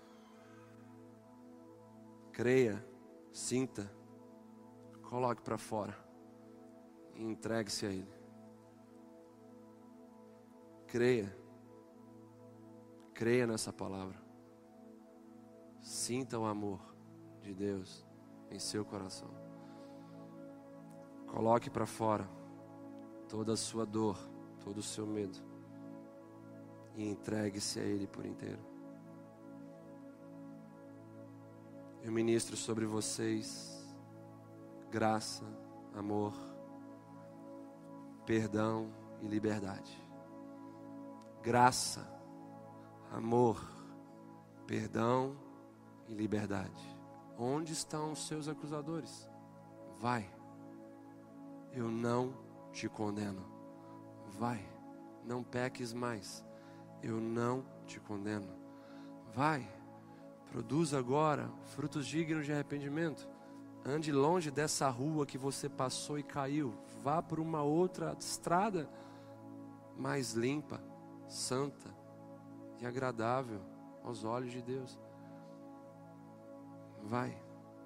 Creia, sinta, coloque para fora e entregue-se a Ele. Creia nessa palavra. Sinta o amor de Deus em seu coração. Coloque para fora toda a sua dor, todo o seu medo e entregue-se a Ele por inteiro. Eu ministro sobre vocês graça, amor, perdão e liberdade. graça, amor, perdão e liberdade. Onde estão os seus acusadores? Vai, eu não te condeno. Vai, não peques mais, eu não te condeno. Vai, produz agora frutos dignos de arrependimento. Ande longe dessa rua que você passou e caiu. Vá por uma outra estrada mais limpa, santa e agradável aos olhos de Deus. Vai.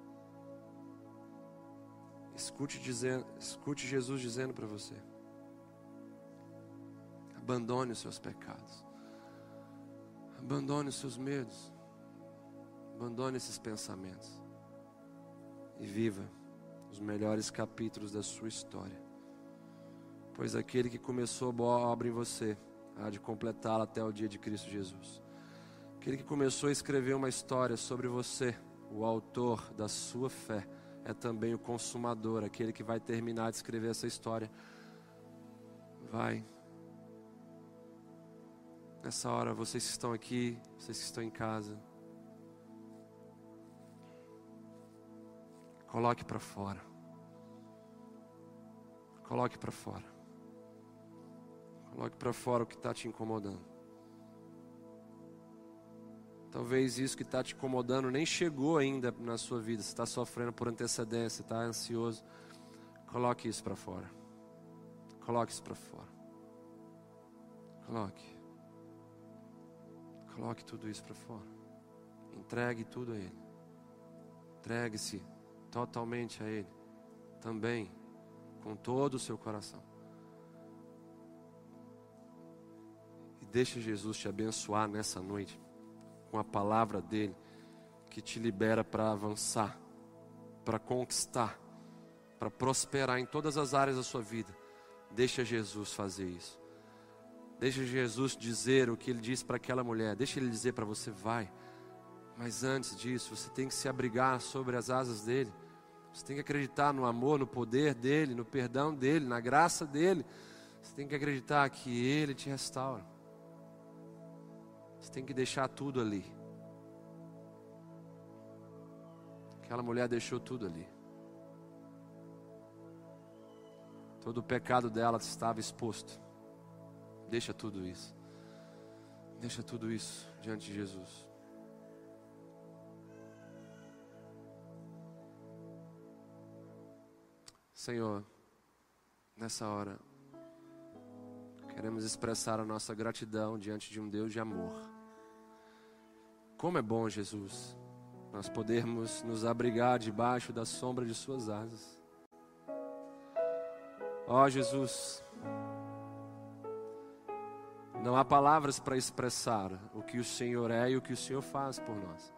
Escute Jesus dizendo para você: abandone os seus pecados, abandone os seus medos, abandone esses pensamentos e viva os melhores capítulos da sua história. Pois aquele que começou a boa obra em você há de completá-la até o dia de Cristo Jesus. Aquele que começou a escrever uma história sobre você, o autor da sua fé, é também o consumador, aquele que vai terminar de escrever essa história. Vai. Nessa hora, vocês que estão aqui, vocês que estão em casa, coloque para fora. Coloque para fora. Coloque para fora o que está te incomodando. Talvez isso que está te incomodando nem chegou ainda na sua vida. Você está sofrendo por antecedência, está ansioso. Coloque isso para fora. Coloque isso para fora. Coloque tudo isso para fora. Entregue tudo a Ele. Entregue-se totalmente a Ele. Também, com todo o seu coração. E deixa Jesus te abençoar nessa noite com a palavra dele, que te libera para avançar, para conquistar, para prosperar em todas as áreas da sua vida. Deixa Jesus fazer isso. Deixa Jesus dizer o que ele disse para aquela mulher. Deixa ele dizer para você: vai. Mas antes disso, você tem que se abrigar sobre as asas dele. Você tem que acreditar no amor, no poder dele, no perdão dele, na graça dele. Você tem que acreditar que ele te restaura. Você tem que deixar tudo ali. Aquela mulher deixou tudo ali. Todo o pecado dela estava exposto. Deixa tudo isso. Deixa tudo isso diante de Jesus. Senhor, nessa hora, queremos expressar a nossa gratidão diante de um Deus de amor. Como é bom, Jesus, nós podermos nos abrigar debaixo da sombra de suas asas. Ó Jesus, não há palavras para expressar o que o Senhor é e o que o Senhor faz por nós.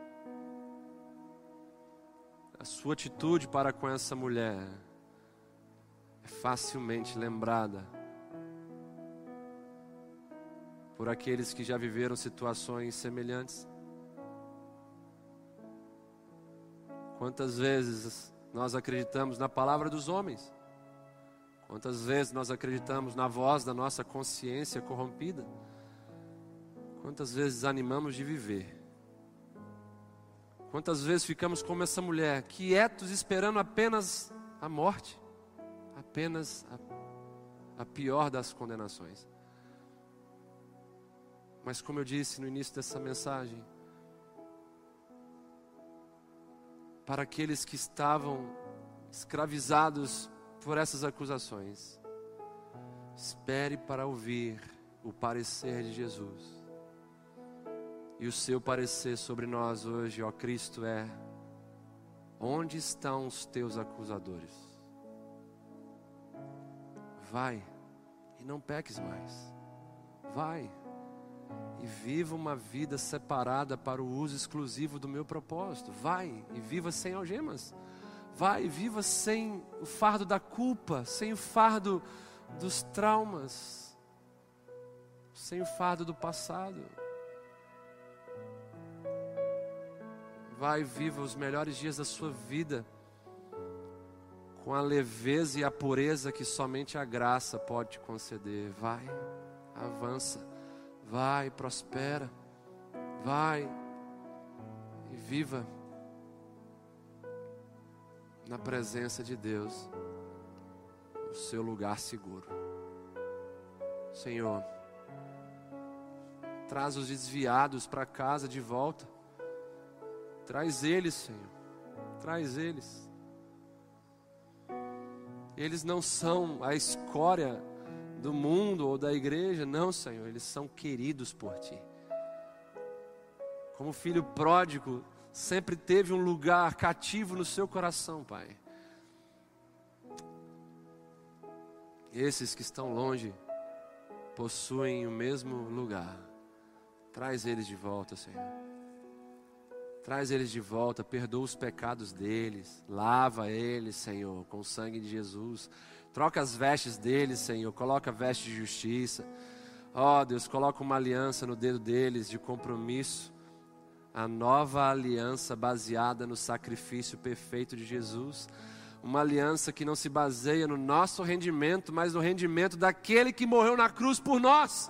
A sua atitude para com essa mulher é facilmente lembrada por aqueles que já viveram situações semelhantes. Quantas vezes nós acreditamos na palavra dos homens? Quantas vezes nós acreditamos na voz da nossa consciência corrompida? Quantas vezes animamos de viver? Quantas vezes ficamos como essa mulher, quietos, esperando apenas a morte? Apenas a pior das condenações. Mas como eu disse no início dessa mensagem, para aqueles que estavam escravizados por essas acusações, espere para ouvir o parecer de Jesus. E o seu parecer sobre nós hoje, ó Cristo, é: onde estão os teus acusadores? Vai e não peques mais. Vai e viva uma vida separada para o uso exclusivo do meu propósito. Vai e viva sem algemas. Vai e viva sem o fardo da culpa, sem o fardo dos traumas, sem o fardo do passado. Vai e viva os melhores dias da sua vida com a leveza e a pureza que somente a graça pode te conceder. Vai, avança, vai, prospera, vai e viva na presença de Deus, o seu lugar seguro. Senhor, traz os desviados para casa de volta. Traz eles, Senhor. Traz eles. Eles não são a escória do mundo ou da igreja, não, Senhor. Eles são queridos por Ti. Como filho pródigo, sempre teve um lugar cativo no seu coração, Pai. Esses que estão longe possuem o mesmo lugar. Traz eles de volta, Senhor. Traz eles de volta, perdoa os pecados deles, lava eles, Senhor, com o sangue de Jesus. Troca as vestes deles, Senhor, coloca a veste de justiça. Ó Deus, coloca uma aliança no dedo deles de compromisso. A nova aliança baseada no sacrifício perfeito de Jesus. Uma aliança que não se baseia no nosso rendimento, mas no rendimento daquele que morreu na cruz por nós.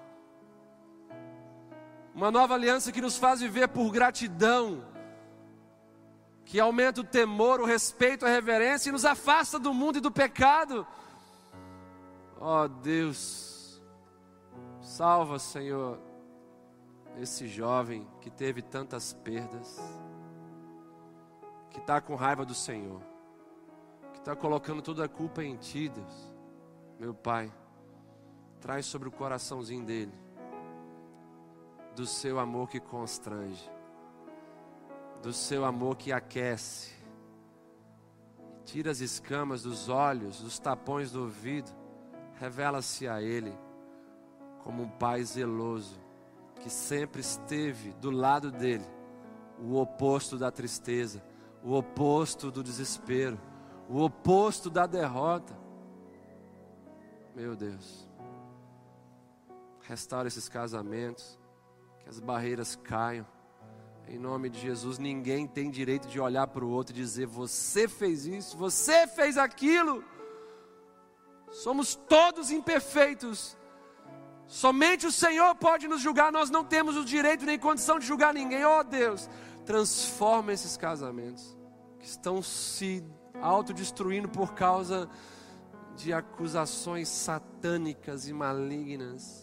Uma nova aliança que nos faz viver por gratidão, que aumenta o temor, o respeito, a reverência e nos afasta do mundo e do pecado. Ó Deus, salva, Senhor, esse jovem que teve tantas perdas, que está com raiva do Senhor, que está colocando toda a culpa em Ti, Deus. Meu Pai, traz sobre o coraçãozinho dele do seu amor que constrange, do seu amor que aquece. Tira as escamas dos olhos, dos tapões do ouvido. Revela-se a Ele como um Pai zeloso, que sempre esteve do lado dele, o oposto da tristeza, o oposto do desespero, o oposto da derrota. Meu Deus, restaura esses casamentos, que as barreiras caiam, em nome de Jesus. Ninguém tem direito de olhar para o outro e dizer: você fez isso, você fez aquilo. Somos todos imperfeitos, somente o Senhor pode nos julgar. Nós não temos o direito nem condição de julgar ninguém. Oh Deus, transforma esses casamentos que estão se autodestruindo por causa de acusações satânicas e malignas.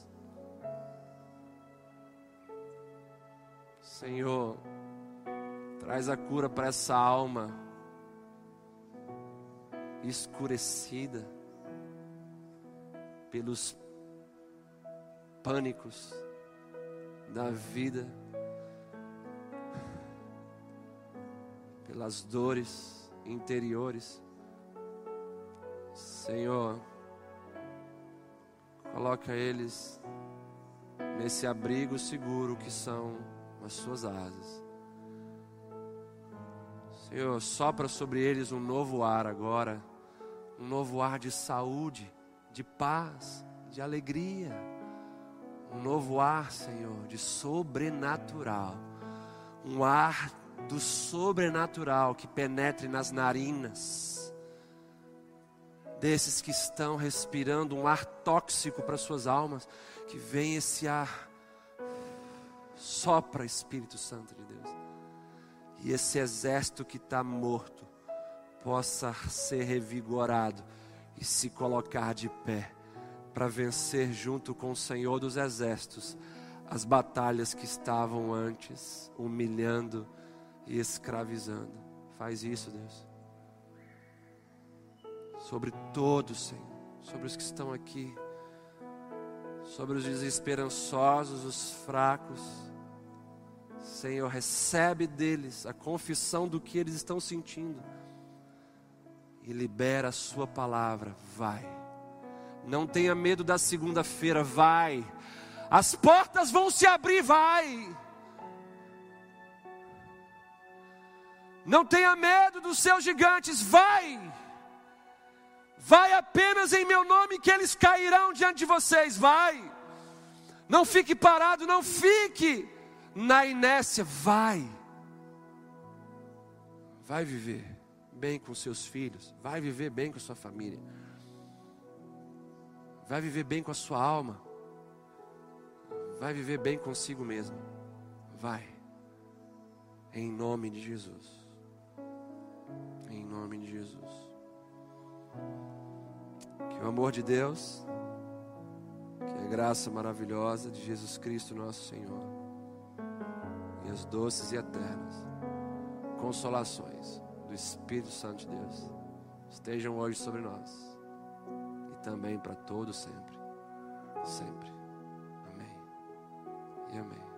Senhor, traz a cura para essa alma escurecida pelos pânicos da vida, pelas dores interiores. Senhor, coloca eles nesse abrigo seguro que são as suas asas. Senhor, sopra sobre eles um novo ar agora, um novo ar de saúde, de paz, de alegria, um novo ar, Senhor, de sobrenatural, um ar do sobrenatural que penetre nas narinas desses que estão respirando um ar tóxico para suas almas, que vem esse ar. Sopra, Espírito Santo de Deus, e esse exército que está morto possa ser revigorado e se colocar de pé para vencer junto com o Senhor dos Exércitos as batalhas que estavam antes humilhando e escravizando. Faz isso, Deus, sobre todos, Senhor, sobre os que estão aqui, sobre os desesperançosos, os fracos. Senhor, recebe deles a confissão do que eles estão sentindo e libera a sua palavra. Vai, não tenha medo da segunda-feira, vai, as portas vão se abrir, vai. Não tenha medo dos seus gigantes, vai. Vai apenas em meu nome que eles cairão diante de vocês, vai. Não fique parado, não fique na inércia, vai. Vai viver bem com seus filhos, vai viver bem com a sua família, vai viver bem com a sua alma, vai viver bem consigo mesmo. Vai. Em nome de Jesus. Em nome de Jesus. Que o amor de Deus, que a graça maravilhosa de Jesus Cristo nosso Senhor, e as doces e eternas consolações do Espírito Santo de Deus estejam hoje sobre nós e também para todos sempre. Sempre. Amém e amém.